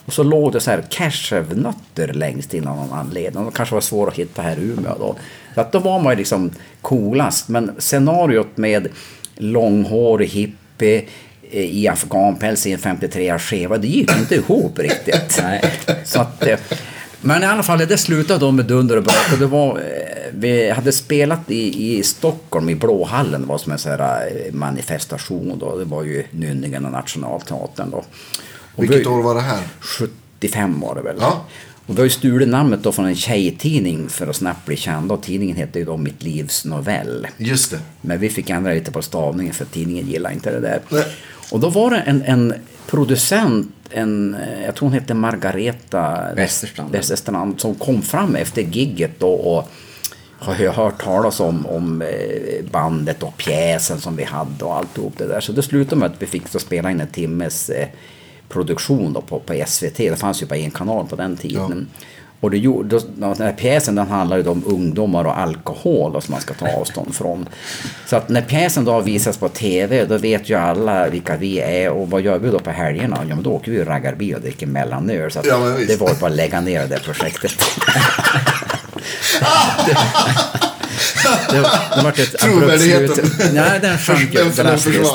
Och så låg det så här cashewnötter längst in av någon anledning. Det kanske var svårt att hitta här i Umeå då. Så att då var man ju liksom coolast. Men scenariot med långhårig hippie i afghanpäls i en femtiotre skeva, det gick inte ihop riktigt. Nej. Så att, men i alla fall, det slutade då med dunder och brak. Och det var, vi hade spelat i, i Stockholm i Blåhallen. Det var som en sån här manifestation då. Det var ju Nynningen och Nationalteatern då. Och vilket vi, år var det här? sjuttiofem var det väl. Ja. Och vi har ju stulit namnet då från en tjejtidning för att snabbt bli känd. Och tidningen hette ju då Mitt livs novell. Just det. Men vi fick ändra lite på stavningen för tidningen gillade inte det där. Nej. Och då var det en, en producent, en, jag tror hon hette Margareta Westerstrand. Westerstrand, som kom fram efter gigget då och har hört talas om, om bandet och pjäsen som vi hade och alltihop det där. Så det slutade med att vi fick så spela in en timmes eh, produktion då på, på S V T. Det fanns ju bara en kanal på den tiden. Ja. Och det gjorde, då, den här pjäsen den handlar ju om ungdomar och alkohol och som man ska ta avstånd från. Så att när pjäsen då visas på tv, då vet ju alla vilka vi är. Och vad gör vi då på helgerna? Ja, men då åker vi raggarbil och dricker mellanöl. Så att ja, det var bara att lägga ner det projektet. det, det, det var ett abrupt slut. Nej, den sjönk ju drastiskt.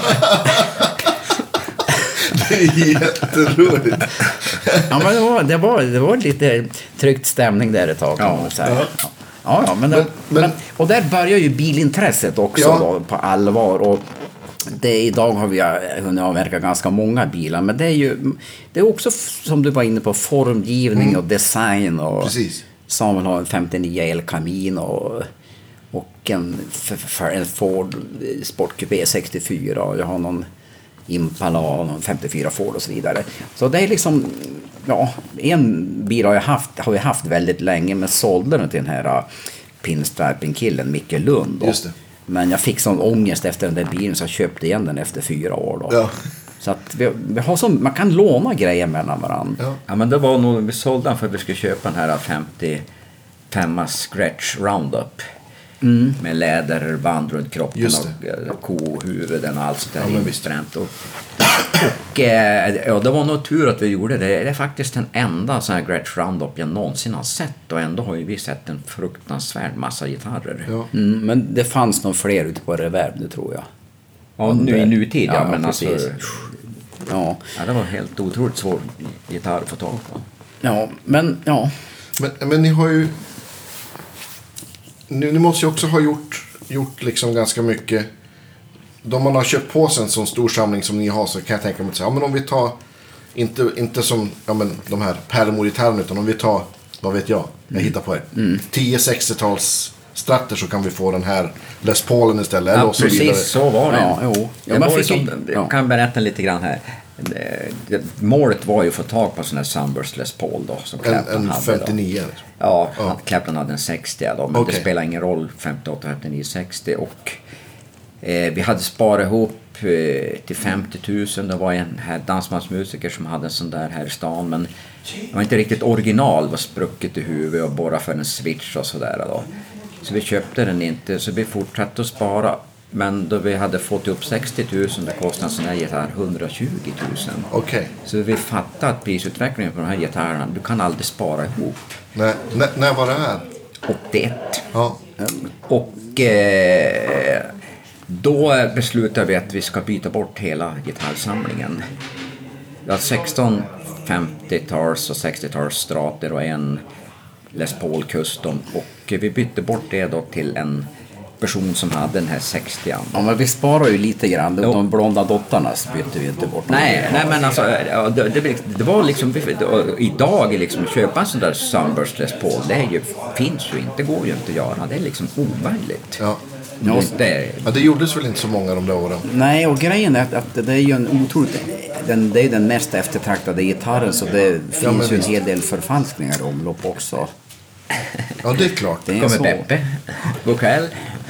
Det är jätteroligt. Ja, men det var, det var, det var lite tryckt stämning där ett tag. Ja, så ja. Ja, ja, men, men, men, men och där börjar ju bilintresset också ja. Då, på allvar. Och det, idag har vi hunnit avverka ganska många bilar. Men det är ju det är också, som du var inne på, formgivning mm. och design. Och precis. Samuel har en femtionio El Camino och, och en, en Ford Sportcoupé sextiofyra. Och jag har någon Impala, femtiofyra Ford och så vidare. Så det är liksom, ja, en bil har jag haft, har vi haft väldigt länge, men sålde den till den här pinstriping-killen Micke Lund. Just det. Men jag fick sån ångest efter den där bilen så jag köpte igen den efter fyra år då. Ja. Så att vi, vi har som, man kan låna grejer mellan varandra. Ja. Ja, men det var nog, vi sålde den för att vi skulle köpa den här femtiofem Scratch Roundup. Mm. Med läderband runt kroppen och kohuvuden och allt sånt där ja, inbränt. Och, och ja, det var nog tur att vi gjorde det. Det är faktiskt den enda sån här Gretsch Roundup jag någonsin har sett. Och ändå har ju vi sett en fruktansvärd massa gitarrer. Ja. Mm, men det fanns nog fler ute på Reverb, det tror jag. Ja, nu i nutid, ja. ja men alltså, ja. ja, det var helt otroligt svår gitarr att få tag på. Ja, men ja. Men, men ni har ju... Ni, ni måste ju också ha gjort, gjort liksom ganska mycket. De man har köpt på sig en sån stor samling som ni har, så kan jag tänka mig att säga, ja, men om vi tar inte, inte som ja, men de här pärlemorgitarren, utan om vi tar, vad vet jag, jag hittar på det. Mm. tio sextio-tals stratter så kan vi få den här Les Paulen istället. Ja, eller så precis vidare. Så var det. Ja, jo. Jag, var liksom, jag kan berätta lite grann här. Målet var ju att få tag på sån här Sunburst Les Paul då, som en, en femtionio då. Ja, ja. Clapton hade en sextio då, men okay. Det spelar ingen roll, femtioåtta, femtionio, sextio och eh, vi hade sparat ihop eh, till femtio tusen. Det var en här dansbandsmusiker som hade en sån där här i stan, men det var inte riktigt original, var sprucket i huvudet och borra för en switch och sådär då. Så vi köpte den inte, så vi fortsatte att spara. Men då vi hade fått upp sextio tusen, det kostade en sån här gitarr hundratjugo tusen. Okej. Okay. Så vi fattade att prisutvecklingen på de här gitarrerna, du kan aldrig spara ihop. Nej, N- när var det här? åttioett. Ja. Och eh, då beslutade vi att vi ska byta bort hela gitarrsamlingen. Vi har sexton femtio-tals och sextio-tals strater och en Les Paul Custom. Och vi bytte bort det då till en person som hade den här sextio. Ja, men vi sparar ju lite grann. De, de blonda dottarna bytte vi inte bort. Nej, nej men alltså det, det, det var liksom idag liksom köpa en sån där Sunburst Les Paul, det är ju, finns ju inte, går ju inte att göra. Det är liksom omöjligt. Ja. Ja, det, ja, det gjordes väl inte så många de där åren. Nej, och grejen är att, att det är ju en otroligt, den, det är den mest eftertraktade gitarren, så det finns ja, ju en visst. hel del förfalskningar i omlopp också. Ja, det är klart. Det kommer Beppe. God kväll.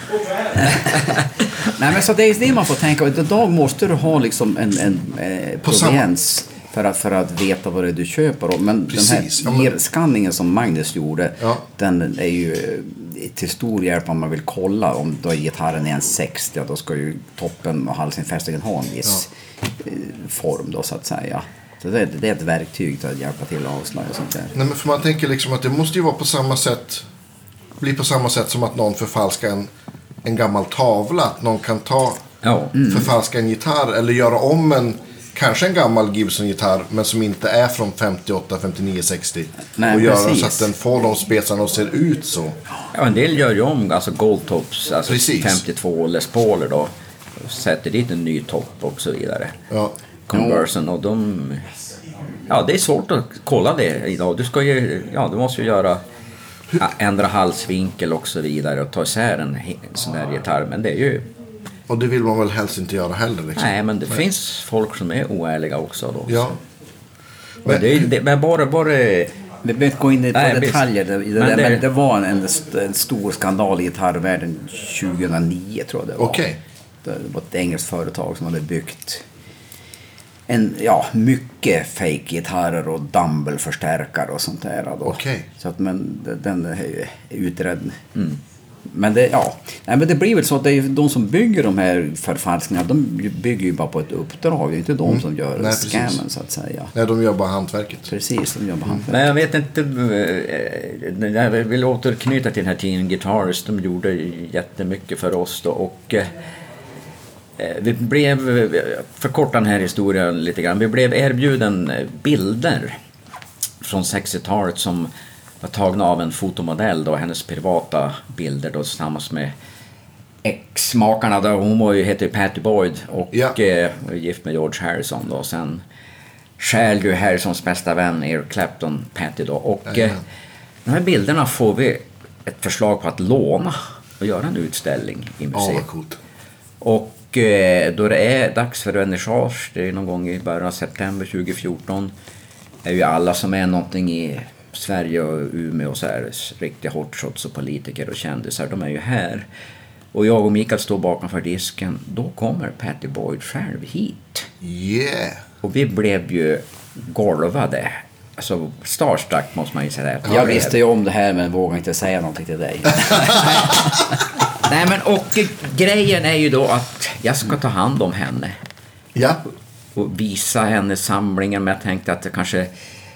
Nej, men så det är det man får tänka. Idag måste du ha liksom en, en eh, proveniens för att, för att veta vad det är du köper. Men precis. Den här erskanningen som Magnus gjorde, ja. Den är ju till stor hjälp om man vill kolla om då gitarren är en sextio, då ska ju toppen och halsinfästningen ha en viss ja. form då, så att säga. Så det är, det är ett verktyg för att hjälpa till att avslöja sånt där. Nej, men för man tänker liksom att det måste ju vara på samma sätt, bli på samma sätt som att någon förfalskar en, en gammal tavla. Att någon kan ta, Ja. mm. förfalska en gitarr eller göra om en, kanske en gammal Gibson-gitarr men som inte är från femtioåtta, femtionio, sextio. Nej, och göra precis. så att den får de spetsarna och ser ut så. Ja, en del gör ju om alltså Goldtops, alltså Precis. femtiotvå Les Pauler då. Sätter dit en ny topp och så vidare. Ja. Conversion och de... Ja, det är svårt att kolla det idag. Du ska ju... Ja, du måste ju göra... Ja, ändra halsvinkel och så vidare och ta isär en, en sån där gitarr. Men det är ju... Och det vill man väl helst inte göra heller liksom. Nej, men det Nej. finns folk som är oärliga också då. Ja. Men det är det, men bara... bara vi behöver inte gå in på Nej, detaljer. Det, det, men det, men det var en, en stor skandal i gitarrvärlden tjugohundranio tror jag det var. Okej. Okay. Det var ett engelskt företag som hade byggt en, ja, mycket fake-gitarrer och Dumble-förstärkare och sånt där. Okej. Okay. Så att, men den är ju utredd. Mm. Men det, ja, nej, men det blir väl så att det är de som bygger de här förfalskningarna, de bygger ju bara på ett uppdrag. Det är inte de mm. som gör scammen så att säga. Nej, de gör bara hantverket. Precis, de gör bara hantverket. Men jag vet inte, jag vill återknyta till den här tidningen Guitarist. De gjorde jättemycket för oss då och vi blev, förkorta den här historien lite grann, vi blev erbjuden bilder från sextiotalet som var tagna av en fotomodell då, hennes privata bilder då tillsammans med ex-makarna då, hon var ju, heter Patty Boyd och ja. eh, var gift med George Harrison då, sen stjäl ju Harrisons bästa vän Eric Clapton Patty då och eh, de här bilderna får vi ett förslag på att låna och göra en utställning i museet. Ja, vad coolt. Och då det är dags för vernissage, det är någon gång i början av september tjugo fjorton, är ju alla som är någonting i Sverige och Umeå och så här, riktiga hotshots och politiker och kändisar, de är ju här. Och jag och Mikael står bakom för disken, då kommer Patty Boyd själv hit. Yeah! Och vi blev ju golvade. Alltså starstruck måste man ju säga. Jag ja, visste ju om det här men vågar inte säga någonting till dig. Nej, men och grejen är ju då att jag ska ta hand om henne. Ja. Och visa henne samlingen, men jag tänkte att jag kanske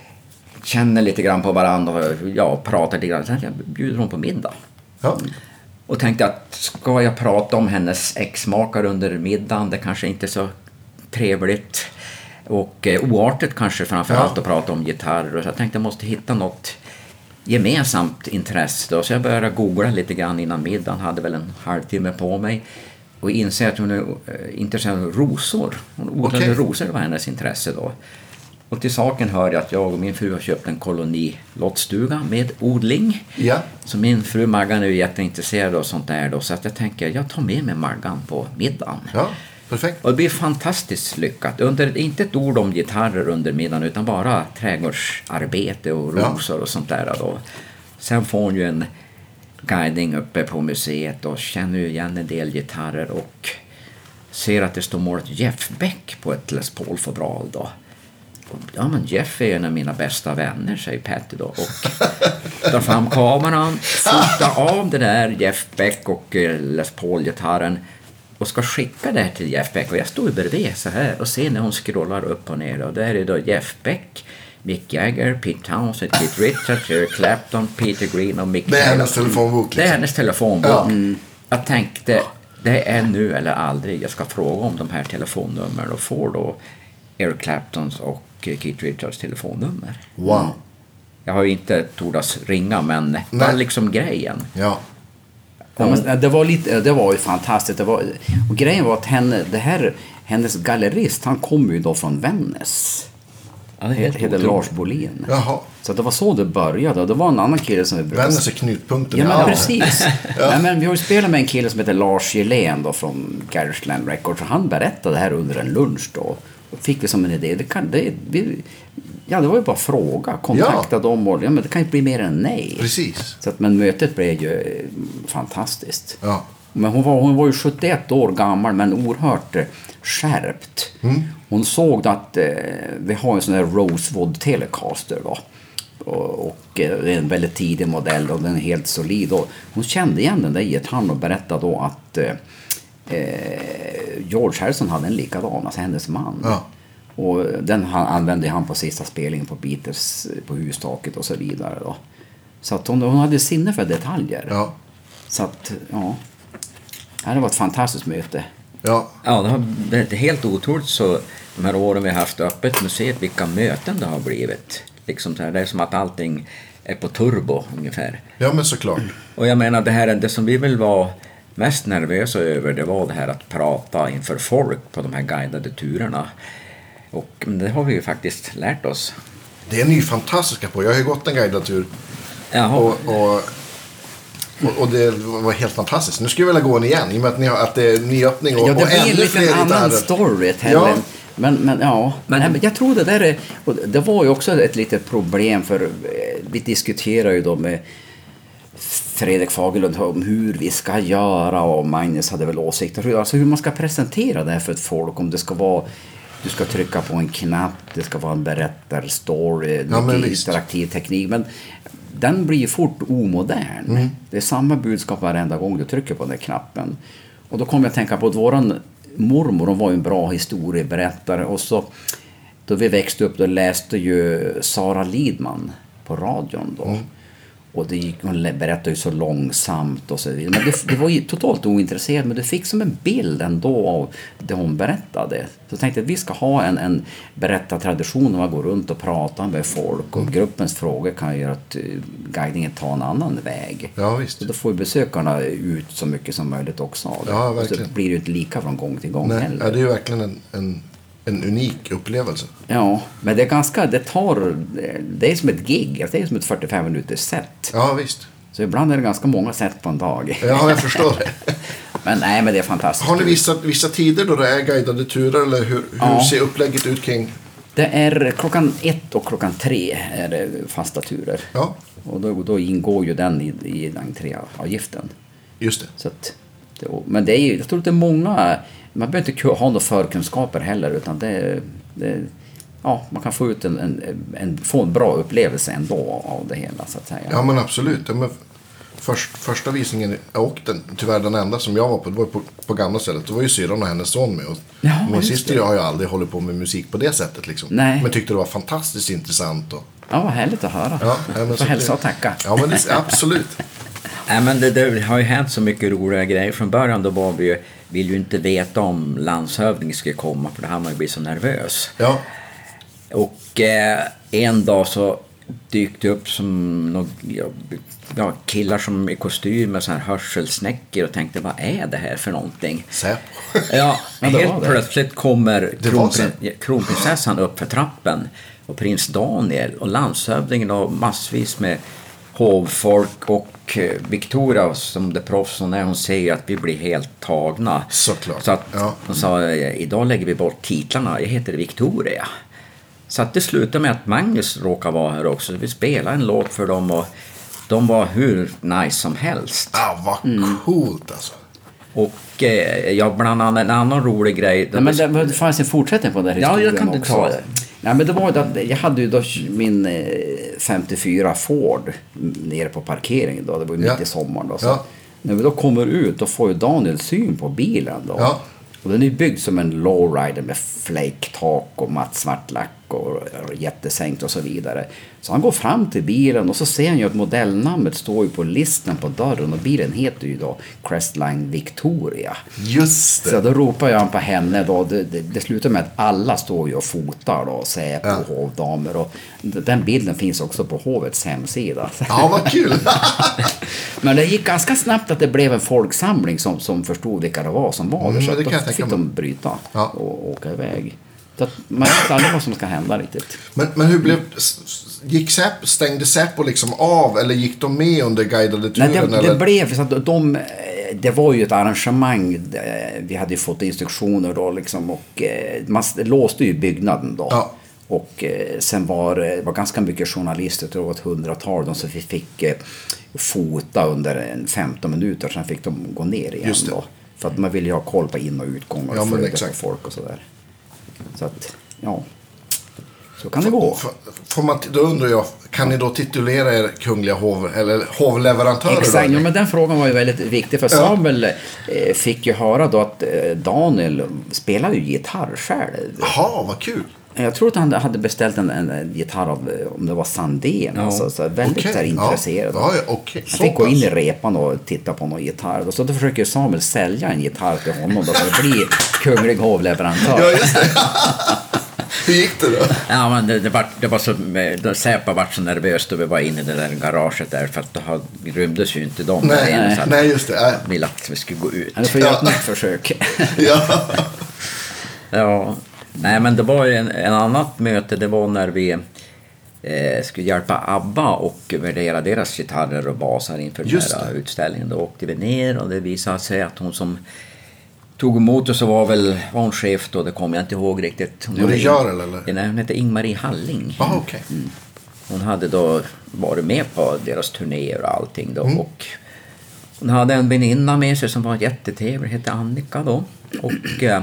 känner lite grann på varandra och ja, pratar lite grann. Så jag bjuder hon på middag. Ja. Och tänkte att ska jag prata om hennes ex-makar under middagen, det kanske inte är så trevligt och eh, oartigt kanske framförallt ja. att prata om gitarrer. Så jag tänkte att jag måste hitta något gemensamt intresse då. Så jag började googla lite grann innan middagen, hade väl en halvtimme på mig och inser att hon är intresserad av rosor. Hon odlade okay. rosor var hennes intresse då. Och till saken hör jag att jag och min fru har köpt en koloni lottstuga med odling. Ja. Så min fru Maggan är ju jätteintresserad av sånt där då, så att jag tänker jag tar med mig Maggan på middagen. Ja, perfekt. Och det blir fantastiskt lyckat. Under, inte ett ord om gitarrer under middagen utan bara trädgårdsarbete och rosor ja. och sånt där då. Sen får hon ju en guiding uppe på museet och känner ju igen en del gitarrer och ser att det står målet Jeff Beck på ett Les Paul-fodral då. Ja, men Jeff är en av mina bästa vänner, säger Patty då. Och tar fram kameran, fotar av det där Jeff Beck och Les Paul-gitarren och ska skicka det till Jeff Beck. Och jag står bredvid så här och ser när hon scrollar upp och ner. Och där är då Jeff Beck, Mick Jagger, Pete Townsend, Keith Richards, Eric Clapton, Peter Green och Mick Jagger. Det är hennes telefonbok. Liksom. Det är hennes telefonbok. Ja. Mm. Jag tänkte, det är nu eller aldrig. Jag ska fråga om de här telefonnumren och får då Eric Claptons och Keith Richards telefonnummer. Wow. Mm. Jag har ju inte tordas ringa, men det var liksom grejen. Ja. Ja, men det var lite, det var ju fantastiskt. Det var, och grejen var att henne, det här, hennes gallerist, han kom ju då från Vännäs. Ja, det heter, heter Lars Bolin. Jaha. Så det var så det började. Det var en annan kille som vi brukade... Vännäs är knutpunkten. Ja, men precis. Ja. Nej, men vi har ju spelat med en kille som heter Lars Gillén då från Garageland Records. Och han berättade det här under en lunch då. Och fick vi som en idé. Det kan, det, vi, ja, det var ju bara fråga. Kontakta ja. dem och ja, men det kan ju bli mer än nej. Precis. Så att, men mötet blev ju fantastiskt. Ja. Men hon var, hon var ju sjuttioett år gammal men oerhört eh, skärpt. Mm. Hon såg att eh, vi har en sån här Rosewood Telecaster då. Och, och eh, det är en väldigt tidig modell och den är helt solid. Och hon kände igen den där gitarren och berättade då att eh, George Harrison hade en likadan, alltså hennes man. Ja. Och den han, använde han på sista spelningen på Beatles på hustaket och så vidare då. Så att hon, hon hade sinne för detaljer. Ja. Så att, ja. Det var ett fantastiskt möte. Ja. Ja, det har blivit helt otroligt så de här åren vi har haft öppet museet, vilka möten det har blivit. Liksom så här, det är som att allting är på turbo ungefär. Ja, men såklart. Och jag menar, det här det som vi vill vara mest nervösa över, det var det här att prata inför folk på de här guidade turerna. Och det har vi ju faktiskt lärt oss. Det är ni fantastiska på. Jag har ju gått en guidad tur. Jaha. Och, och, och, och det var helt fantastiskt. Nu skulle jag vilja gå en igen. I och med att, ni har, att det är nyöppning och, Ja, det och blir ännu lite fler en annan gitarrer. story. Ja. Men, men, ja. men, men jag tror det där är, och det var ju också ett litet problem för eh, vi diskuterar ju då med Fredrik Fagerlund om hur vi ska göra och Magnus hade väl åsikter. Alltså hur man ska presentera det här för ett folk. Om det ska vara, du ska trycka på en knapp, det ska vara en berättarstory, Ja, men mycket visst. interaktiv teknik. Men den blir ju fort omodern. Mm. Det är samma budskap varenda gång du trycker på den där knappen. Och då kommer jag att tänka på att våran mormor, hon var ju en bra historieberättare. Och så då vi växte upp, då läste ju Sara Lidman på radion då. Mm. Och det gick, hon berättade ju så långsamt och så vidare. Men det, det var ju totalt ointresserad, men du fick som en bild ändå av det hon berättade. Så jag tänkte att vi ska ha en, en berättartradition där man går runt och pratar med folk. Och gruppens frågor kan ju göra att guidningen tar en annan väg. Ja, visst. Så då får ju besökarna ut så mycket som möjligt också av det. Ja, och verkligen. så blir det ju inte lika från gång till gång Nej, heller. ja, det är ju verkligen en, en, en unik upplevelse. Ja, men det är ganska, det tar, det är som ett gig, det är som ett fyrtiofem minuters set. Ja, visst. Så ibland är det ganska många set på en dag. Ja, jag förstår det. Men nej, men det är fantastiskt. Har ni vissa, vissa tider då det är guidade turer eller hur, hur Ja. ser upplägget ut kring? Det är klockan ett och klockan tre är det fasta turer. Ja, Och då, då ingår ju den i, i entréavgiften. just det. Så att, det, men det är ju, jag tror att det är många, man behöver inte ha några förkunskaper heller, utan det, det ja, man kan få ut en, en, en, få en bra upplevelse ändå av det hela, så att säga. Ja, men absolut. Ja, men först, första visningen, jag åkte, tyvärr den enda som jag var på, det var på, på gamla stället. Det var ju syrran och hennes son med. Och Ja, min just syster det. har ju aldrig hållit på med musik på det sättet. Liksom. Nej. Men tyckte det var fantastiskt intressant. Och, Ja, vad härligt att höra. ja, ja, men Får så hälsa det- och tacka. Ja, men det, absolut. Nej, men det, det har ju hänt så mycket roliga grejer. Från början då var vi ju, vill ju inte veta om landshövding skulle komma, för det här man ju blir så nervös. Ja, Och eh, en dag så dykt upp som några ja, killar som i kostym med så här hörselsnäckor och tänkte, vad är det här för någonting? Säpo. Ja, Ja, det var helt det. plötsligt kommer Det var kronprin- kronprinsessan upp för trappen och prins Daniel och landshövdingen och massvis med hovfolk och eh, Victoria som det proffs hon är, hon säger att vi blir helt tagna. Såklart. Så att Ja. hon sa, idag lägger vi bort titlarna, jag heter Victoria. Så att det slutade med att Magnus råkade vara här också. Vi spelade en låt för dem och de var hur nice som helst. Ja, vad Mm. coolt alltså. Och eh, jag bland annat en annan rolig grej. Nej, men det, det fanns en fortsättning på den här Ja, historien jag kan inte också. ta det. Nej, men det var ju att jag hade ju då min eh, femtiofyra Ford nere på parkeringen då. Det var ju Ja. mitt i sommaren då. Så Ja. när vi då kommer ut, då får ju Daniel syn på bilen då. Ja. Och den är byggd som en lowrider med flake-tak och matt svart lack och jättesänkt och så vidare. Så han går fram till bilen och så ser han ju att modellnamnet står ju på listen på dörren och bilen heter ju då Crestline Victoria. Just det. Så då ropar jag på henne då. Det, det, det slutar med att alla står ju och fotar då, säger på Ja. hovdamer. Och den bilden finns också på hovets hemsida. Ja, vad kul. Men det gick ganska snabbt att det blev en folksamling som, som förstod vilka det var som var Mm, där. Så men det att då kan jag fick tänka mig. de bryta Ja. och åka iväg. Så att man vet aldrig vad som ska hända riktigt. Men, men hur blev... s- s- Gick Säpo, stängde Säpo liksom av eller gick de med under guidade turen? Nej, det, eller? det blev så att de, det var ju ett arrangemang, vi hade ju fått instruktioner då liksom och man låste ju byggnaden då. Ja. Och sen var det var ganska mycket journalister, jag tror det var ett hundratal, de som vi fick fota under en femton minuter, sen fick de gå ner igen Just det. då. För att man ville ju ha koll på in- och utgång och Ja, men flöde på exakt. folk och sådär. Så att, ja. Så kan det gå. Får, får man, då undrar jag, kan ni då titulera er kungliga hov, eller hovleverantörer? Exakt, då? ja, men den frågan var ju väldigt viktig. För Ja. Samuel eh, fick ju höra då att eh, Daniel spelar ju gitarr själv. Jaha, vad kul. Jag tror att han hade beställt en, en, en gitarr av, om det var Sandén. Ja. Alltså, så väldigt okay. så intresserad. Ja. Ja, okay. Jag fick gå in i repan och titta på någon gitarr. Och så då försöker Samuel sälja en gitarr till honom då, för att bli kunglig hovleverantör. Ja, just det. Hur gick det då? Ja, men det, det, var, det var så, då Säpa var så nervös då vi var inne i det där garaget där, för att då hade, vi rymdes ju inte dem. Nej, där nej, nej, just det. Nej. Ville att vi skulle gå ut. Du får göra ett nytt försök. Ja. Ja. Nej, men det var ju en, en annat möte. Det var när vi eh, skulle hjälpa ABBA och värdera deras gitarrer och basar inför den här utställningen. Då åkte vi ner och det visade sig att hon som tog emot oss så var väl var hon chef då, det kommer jag inte ihåg riktigt. Hon, var det Görel eller? Nej, hon hette Ingmarie Halling. Ah, okay. Mm. Hon hade då varit med på deras turnéer och allting då. Mm. Och hon hade en väninna med sig som var jättetrevlig, hette Annika då. Och eh,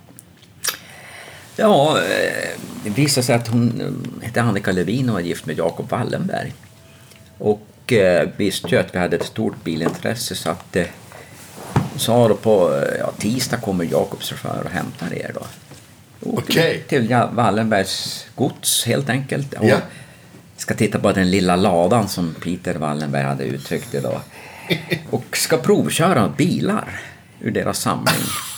ja, det visade sig att hon hette Annika Levin och var gift med Jakob Wallenberg. Och eh, visste ju att vi hade ett stort bilintresse, så att eh, sa då på ja, tisdag kommer Jakobs chaufför och hämtar er då. Okej. Till, till Wallenbergs gods helt enkelt. Och ja. Ska titta på den lilla ladan som Peter Wallenberg hade uttryckt det då. Och ska provköra bilar ur deras samling.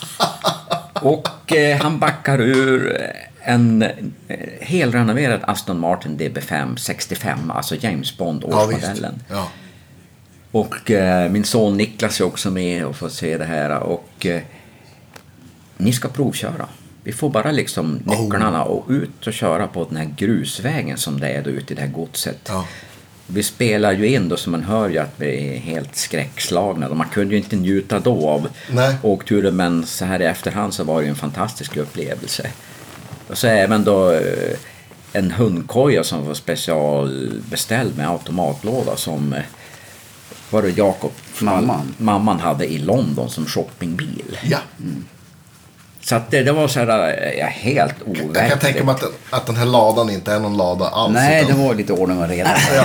Och eh, han backar ur en eh, helrenoverad Aston Martin D B fem sextiofem, alltså James Bond årsmodellen. Ja, ja. Och eh, min son Niklas är också med och får se det här. Och eh, ni ska provköra. Vi får bara liksom nycklarna oh. och ut och köra på den här grusvägen som det är då ute i det här godset. Ja. Vi spelar ju in då, så man hör ju att vi är helt skräckslagna. Man kunde ju inte njuta då av Nej. åkturen, men så här i efterhand så var det ju en fantastisk upplevelse. Och så även då eh, en hundkoja som var specialbeställd med automatlåda som eh, var det Jakob mamman. mamman hade i London som shoppingbil. Ja. Mm. Så att det, det var så här ja, helt overkligt. Jag kan tänka mig att, den, att den här ladan inte är någon lada alls. Nej, utan... det var lite ordning och reda. Ja.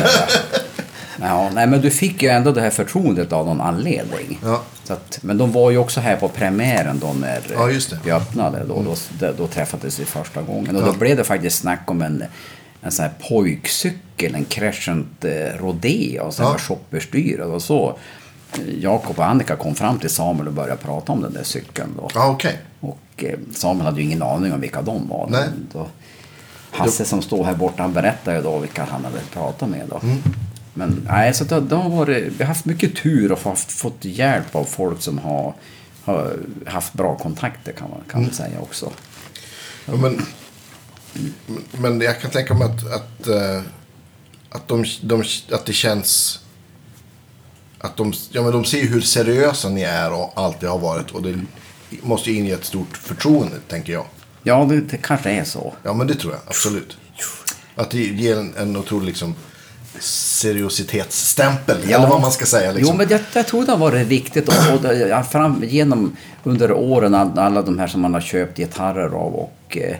Ja, nej, men du fick ju ändå det här förtroendet av någon anledning. Ja. Så att, men de var ju också här på premiären då när ja, just det. vi öppnade. Då, mm. då, då träffades vi första gången. Och ja. Då blev det faktiskt snack om en, en sån här pojkcykel, en Crescent Rodeo och sen ja. shopperstyret och så. Jakob och Annika kom fram till Samuel och började prata om den där cykeln då. Ja, okej. Och eh, Samuel hade ju ingen aning om vilka de var. Nej. Då, Hasse som står här borta, han berättade ju då vilka han hade pratat med då. Mm. Men nej, så då, då var det, vi har haft mycket tur och fått, fått hjälp av folk som har, har haft bra kontakter kan man kan mm. säga också. Ja, men, men jag kan tänka mig att, att, att, de, de, att det känns... Att de, ja, men de ser hur seriösa ni är och alltid har varit. Och det måste ju inge ett stort förtroende, tänker jag. Ja, det, det kanske är så. Ja, men det tror jag, absolut. Att det ger en, en otrolig liksom, seriositetsstämpel, ja. Eller vad man ska säga. Liksom. Jo, men jag, jag tror det har varit viktigt. Och, och, fram, genom under åren, alla de här som man har köpt gitarrer av och... Eh,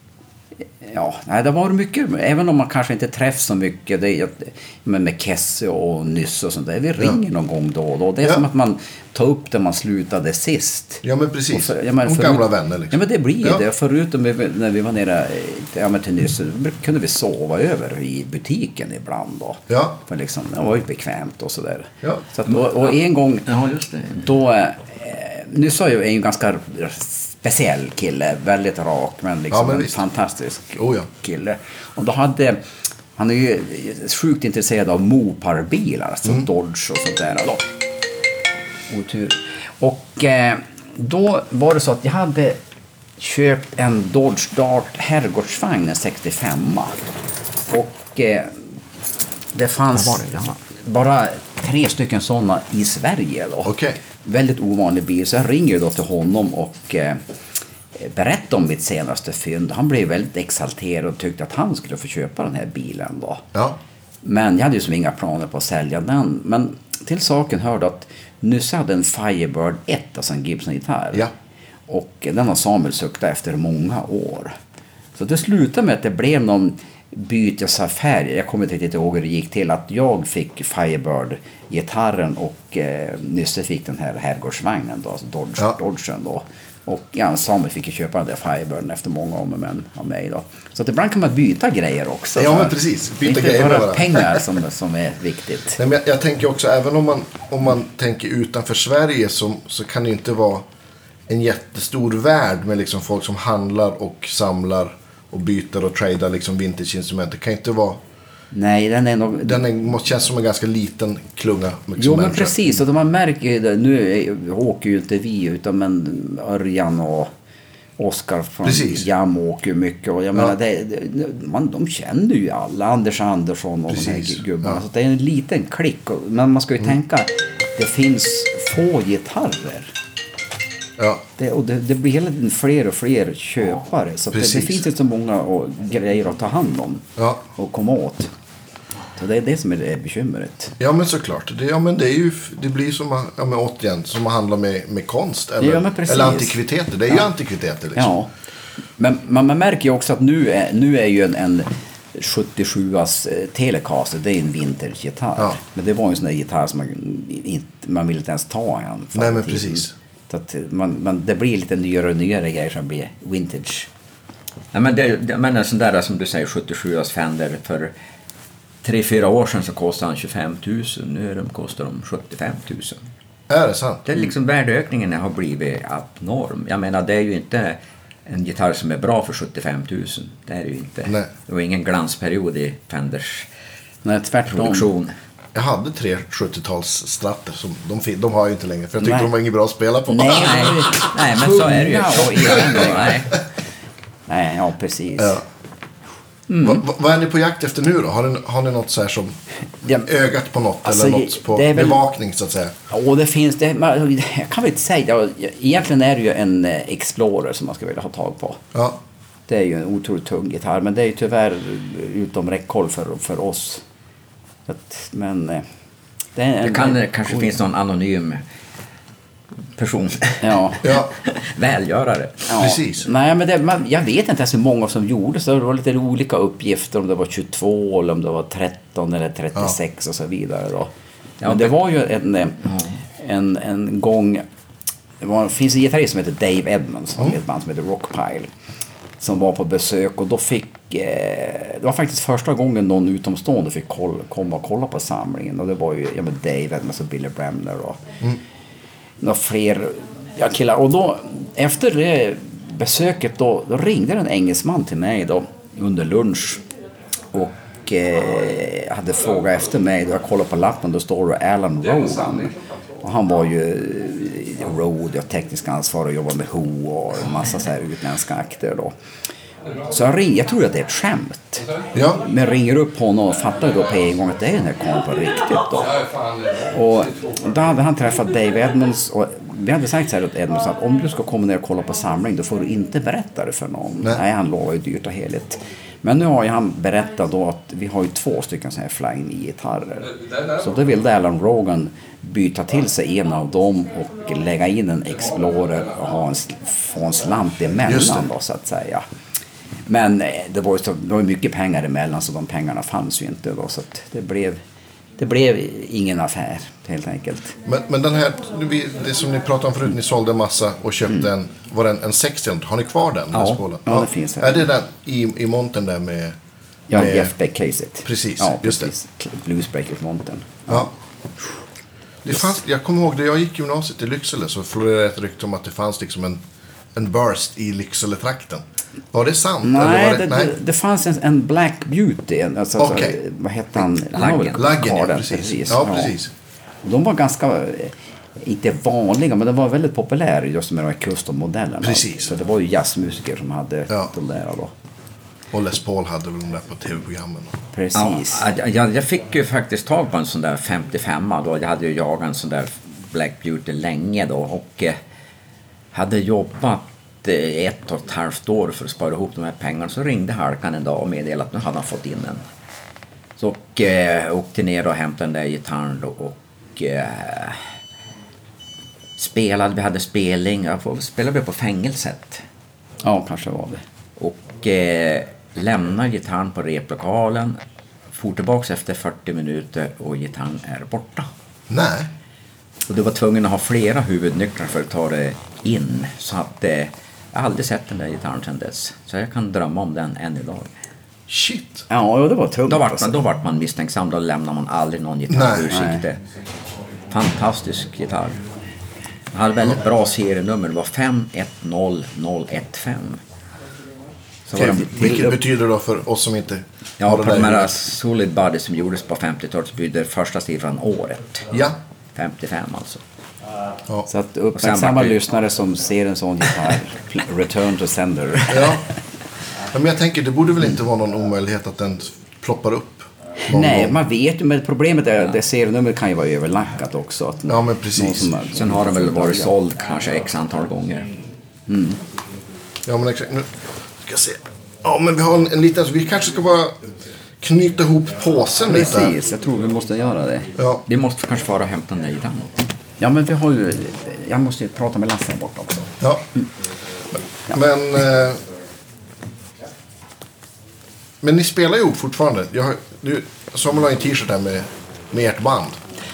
Ja, nej, det var mycket, även om man kanske inte träffar så mycket det, men med Kesse och Nyss och sånt där, vi ringer ja. någon gång då och då. Det är ja. som att man tar upp det man slutade sist. Ja, men precis. För, ja, men förut, gamla vänner liksom. Ja, men det blir ja. det. Förut när vi var nere ja, men till Nyss kunde vi sova över i butiken ibland då. Ja. För liksom, det var ju bekvämt och sådär. Ja. Så att, och, och en gång ja, just det. då, eh, Nyss är ju en ganska speciell kille, väldigt rak, men liksom ja, men en fantastisk oh, ja. kille. Och då hade han är ju sjukt intresserad av Mopar-bilar, alltså mm. Dodge och sånt där. Då. Otur. Och eh, då var det så att jag hade köpt en Dodge Dart herrgårdsvagn, en sextiofem. Och eh, det fanns var det? Ja. bara tre stycken sådana i Sverige då. Okay. Väldigt ovanlig bil, så jag ringer då till honom och eh, berättade om mitt senaste fynd. Han blev väldigt exalterad och tyckte att han skulle få köpa den här bilen då. Ja. Men jag hade ju som inga planer på att sälja den. Men till saken hörde att nyss hade en Firebird ett, alltså en Gibson-gitarr. Ja. Och den har Samuel suktat efter många år. Så det slutade med att det blev någon byta så färg. Jag kommer inte riktigt ihåg hur det gick till att jag fick Firebird-gitarren och eh, Nysse fick den här herrgårdsvagnen då, alltså Dodge, Ja. Dodgen då. Och ja, Samuel fick ju köpa den där Firebirden efter många om och men av mig då. Så att ibland kan man byta grejer också. Ja, men precis. Byta det är grejer inte med bara varandra. pengar som, som är viktigt. Nej, men jag, jag tänker också, även om man, om man tänker utanför Sverige så, så kan det ju inte vara en jättestor värld med liksom folk som handlar och samlar och byter och tradar liksom vintage-instrument. Det kan inte vara... Nej, den är nog... Den är, måste kännas som en ganska liten klunga. Liksom Jo, men människor. precis. Och man märker ju det. Nu är, åker ju inte vi utan men Örjan och Oskar från Precis. Jam åker ju mycket. Och jag Ja. menar, det, det, man, de känner ju alla. Anders Andersson och Precis. de här gubbarna. Ja. Så det är en liten klick. Och, men man ska ju mm. tänka, det finns få gitarrer. Ja. Det, och det, det blir hela tiden fler och fler köpare. Så det, det finns inte så många och, grejer att ta hand om Ja. och komma åt. Så det är det som är det bekymret. Ja, men såklart. Det, ja, men det, är ju, det blir som att, ja, men återigen, som att handla med, med konst eller, Ja, men precis. eller antikviteter. Det är Ja. ju antikviteter liksom. Ja, men man, man märker ju också att nu är, nu är ju en, en sjuttiosjuas Telecaster, det är en vintage-gitarr. Ja. Men det var ju en sån där gitarr som man inte, man vill inte ens ta en. Nej, men precis. Så att man, man, det blir lite nyare och nyare grejer som blir vintage. Ja, men det, det, men en sån där som du säger sjuttiosjuas Fender för tre fyra år sedan så kostade han tjugofem tusen. Nu är de, kostar de sjuttiofem tusen. Är det sant? Det är liksom värdeökningen har blivit abnorm. Jag menar, det är ju inte en gitarr som är bra för sjuttiofem tusen. Det är det ju inte. Nej. Det var ingen glansperiod i Fenders Nej, tvärtom. produktion. Jag hade tre sjuttio-tals stratter som de, fin- de har jag ju inte längre. För jag tyckte Nej. de var inget bra att spela på. Nej, Nej, nej, men så är det ju. Tunga och eländiga. Nej. Nej, ja precis. Ja. Mm. Va, va, vad är ni på jakt efter nu då? Har ni, har ni något så här som Ja, ögat på något alltså, eller något på det är väl- bevakning så att säga? och det finns det, man, jag kan väl inte säga, egentligen är det ju en eh, Explorer som man ska vilja ha tag på. Ja, Det är ju en otroligt tung gitarr, men det är ju tyvärr utom räckhåll för, för oss. Så att, men eh, det, är en, Det kan det kanske finns någon anonym person. Ja. ja. Välgörare. Ja. Precis. Nej, men det, man, jag vet inte ens hur många som gjorde så. Det var lite olika uppgifter om det var tjugotvå eller om det var tretton eller trettiosex ja. och så vidare då. Men Ja, det men- var ju en, mm. en, en gång. Det var, finns en gitarrist som heter Dave Edmonds som mm. ett band som heter Rockpile. Som var på besök och då fick eh, det var faktiskt första gången någon utomstående fick koll, komma och kolla på samlingen och det var ju ja, men Dave Edmonds och Billy Bremner och Mm. några fler ja, killar och då efter det besöket då, då ringde en engelsman till mig då under lunch och eh, hade frågat efter mig då jag kollade på lappen då står det Alan Rowan och han var ju road och teknisk ansvar och jobbade med Who och en massa så här utländska akter då. Så jag ringde, jag tror att det är ett skämt. Ja. Men ringer upp honom och fattar då på en gång att det är den här karln på riktigt då. Och då hade han träffat Dave Edmonds och vi hade sagt så här åt Edmonds att om du ska komma ner och kolla på samling då får du inte berätta det för någon. Nej, Nej han lovar ju dyrt och heligt. Men nu har ju han berättat då att vi har ju två stycken så här Flying E-gitarrer. Så då vill Alan Rogan byta till sig en av dem och lägga in en Explorer och ha en, få en slant emellan då så att säga. Men eh, det var ju så, det var ju mycket pengar emellan så de pengarna fanns ju inte då så att det blev det blev ingen affär helt enkelt. Men, men den här, vi- det som ni pratade om förut, ni sålde en massa och köpte en, var det en, en sextio? Har ni kvar den? Ja, Les Paulen? ja, det finns här. Är det den i, i montern där med... Ja, med Jeff Beck Caseit. Precis, ja, just precis. Bluesbreakers-montern. Ja. Det fanns, jag kommer ihåg, när jag gick gymnasiet i Lycksele så florerade ett rykte om att det fanns liksom en, en burst i Lycksele-trakten. Var det sant? Nej, eller var det, det, nej? Det, det fanns en, en Black Beauty. Alltså, Okej. alltså, vad hette han? Laggen. Laggen, ja, den, precis. Ja, precis. Och de var ganska, eh, inte vanliga, men de var väldigt populära just med de här custom-modellerna. Precis. Så det var ju jazzmusiker som hade Ja. de där då. Och Les Paul hade väl de där på tv-programmen. Precis. Ja, jag, jag, jag fick ju faktiskt tag på en sån där femtiofem då. Jag hade ju jagat en sån där Black Beauty länge då och eh, hade jobbat eh, ett och ett halvt år för att spara ihop de här pengarna. Så ringde Halkan en dag och meddelade att nu hade han fått in en. Så och, eh, åkte ner och hämtade den där gitarren då, och eh, spelade. Vi hade spelning. Jag spelade vi på fängelset. Ja, kanske var det. Och eh, lämnar gitarren på replokalen, for tillbaka efter fyrtio minuter och gitarren är borta. Nej. Och du var tvungen att ha flera huvudnycklar för att ta det in. Så att eh, jag har aldrig sett den där gitarren sedan dess. Så jag kan drömma om den än idag. Shit. Ja, det var tungt. Då vart man, då vart man misstänksam, då lämnar man aldrig någon gitarr ur sikte. Fantastisk gitarr. Jag hade väldigt bra serienummer, det var fem ett noll noll ett fem. Så var Okay. det, Vilket betyder då för oss som inte ja, har det på där de i här huvudet? Solid Body som gjordes på femtiotalet så byggde första siffran året. Ja. femtiofem alltså. Så att Och sen uppmärksamma vart det- lyssnare som ser en sån gitarr, return to sender. Ja. Ja, men jag tänker, det borde väl inte vara någon omöjlighet att den ploppar upp någon Nej, gång. man vet ju, men problemet är att det serienumret kan ju vara överlackat också. Att Ja, men precis. någon som har- Sen har den väl varit såld kanske x antal gånger. Ja, men exakt. Nu ska jag se. Ja, men vi har en, en liten... Vi kanske ska bara knyta ihop påsen lite här. Precis, jag tror vi måste göra det. Ja. Vi måste kanske fara och hämta den där gitarren. Ja, men vi har ju... Jag måste ju prata med Lasse bort också. Ja. Men... Eh, men ni spelar ju fortfarande. Jag har, du, Samuel har en t-shirt här med, med ert band.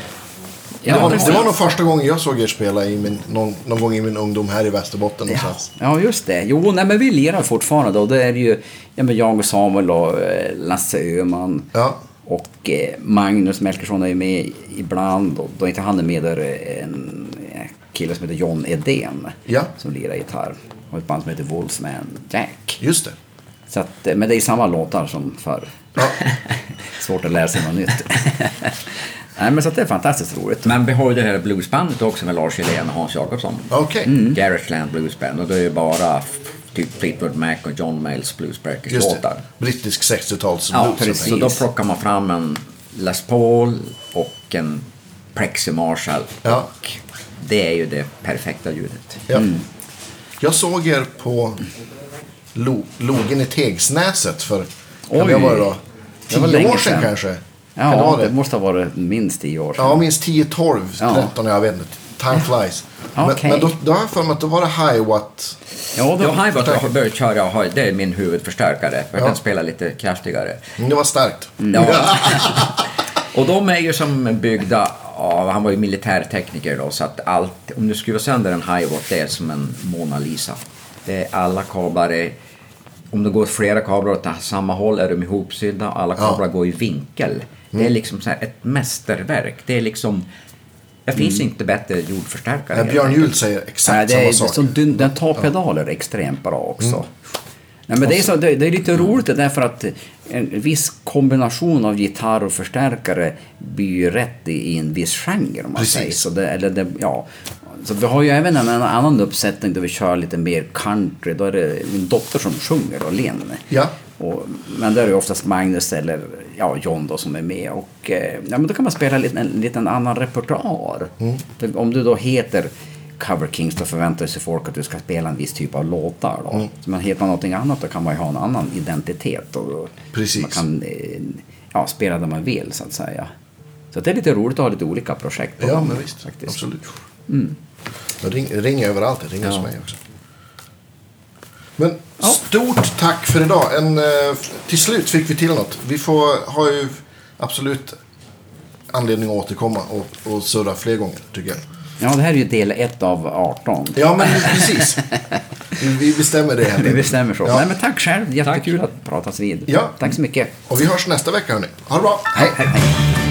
Ja, det, var, precis. det var nog första gången jag såg er spela i min, någon, någon gång i min ungdom här i Västerbotten. Ja, Någonstans. ja, just det. Jo, nej, men vi lirar fortfarande. Och det är ju ja, men jag och Samuel och eh, Lasse Öhman. Ja. Och eh, Magnus Melkersson är ju med ibland. Och då är inte han är med där eh, en eh, kille som heter John Edén. Ja. Som lirar gitarr. Och ett band som heter Wolfman Jack. Just det. Så att, eh, men det är samma låtar som förr. Ja. Svårt att lära sig något nytt. Nej, men så att det är fantastiskt roligt. Men vi har ju det här bluesbandet också med Lars Helén och Hans Jakobsson. Okej. Mm. Garageland Bluesband. Och det är ju bara f- typ Fleetwood Mac och John Mayles Just det. bluesbreakers-låtar. Brittisk sextio-tals Ja, blues. precis. Så då plockar man fram en Les Paul och en Prexy Marshall. Ja. Och det är ju det perfekta ljudet. Ja. Jag såg er på Lo- Logen i Tegsnäset för kan Oj. det vara då? Det var tio länge år sedan sedan. kanske. Kan det Ja, vara det det? måste ha varit minst tio år sedan. Ja, minst tio, tolv, Ja. tretton, jag vet inte. Time flies. Men, Okej. men då, då har jag för mig att det var det High Watt. Ja, då, Jag har ju varit- jag har börjat köra, jag har, det är min huvudförstärkare. För jag Ja. kan spela lite kraftigare. Mm, Det var starkt. Ja. Och de är ju som byggda av, han var ju militärtekniker då, så att allt, om du skruvar sönder en hi-watt, det är som en Mona Lisa. Det är alla kablar är, om det går flera kablar åt samma håll är de ihopsydda, alla kablar går i vinkel. Det är liksom så här ett mästerverk. Det är liksom, det finns inte bättre jordförstärkare. Ja, helt Björn enkelt. Juhl säger exakt Nej, det samma är, sak. så, den, den tar pedaler extremt bra också. Nej, men det, är så, det, det är lite roligt det därför att en viss kombination av gitarr och förstärkare blir ju rätt i, i en viss genre om man Precis. säger. Så, det, eller det, ja. Så vi har ju även en, en annan uppsättning där vi kör lite mer country. Då är det min dotter som sjunger och Linn. Ja. Och, men där är det oftast Magnus eller ja, John då som är med. Och, eh, ja, men då kan man spela lite, en liten annan repertoar. För om du då heter Cover Kings då förväntar sig folk att du ska spela en viss typ av låtar. Då. Mm. Så man heter någonting annat då kan man ju ha en annan identitet. Och, Precis. Man kan eh, ja, spela där man vill så att säga. Så det är lite roligt att ha lite olika projekt på Ja, gång, men visst. faktiskt. Absolut. Det ring, ringer överallt. Det ringer Ja. hos mig också. Men stort tack för idag. En, eh, till slut fick vi till något. Vi får, har ju absolut anledning att återkomma och, och surra fler gånger, tycker jag. Ja, det här är ju del ett av arton. Ja, men precis. Vi- Vi bestämmer det. helt Vi enkelt. bestämmer så. Ja. Nej, men tack själv. Jättekul att pratas vid. Ja. Tack så mycket. Och vi hörs nästa vecka, hörni. Ha det bra. Hej, hej, hej.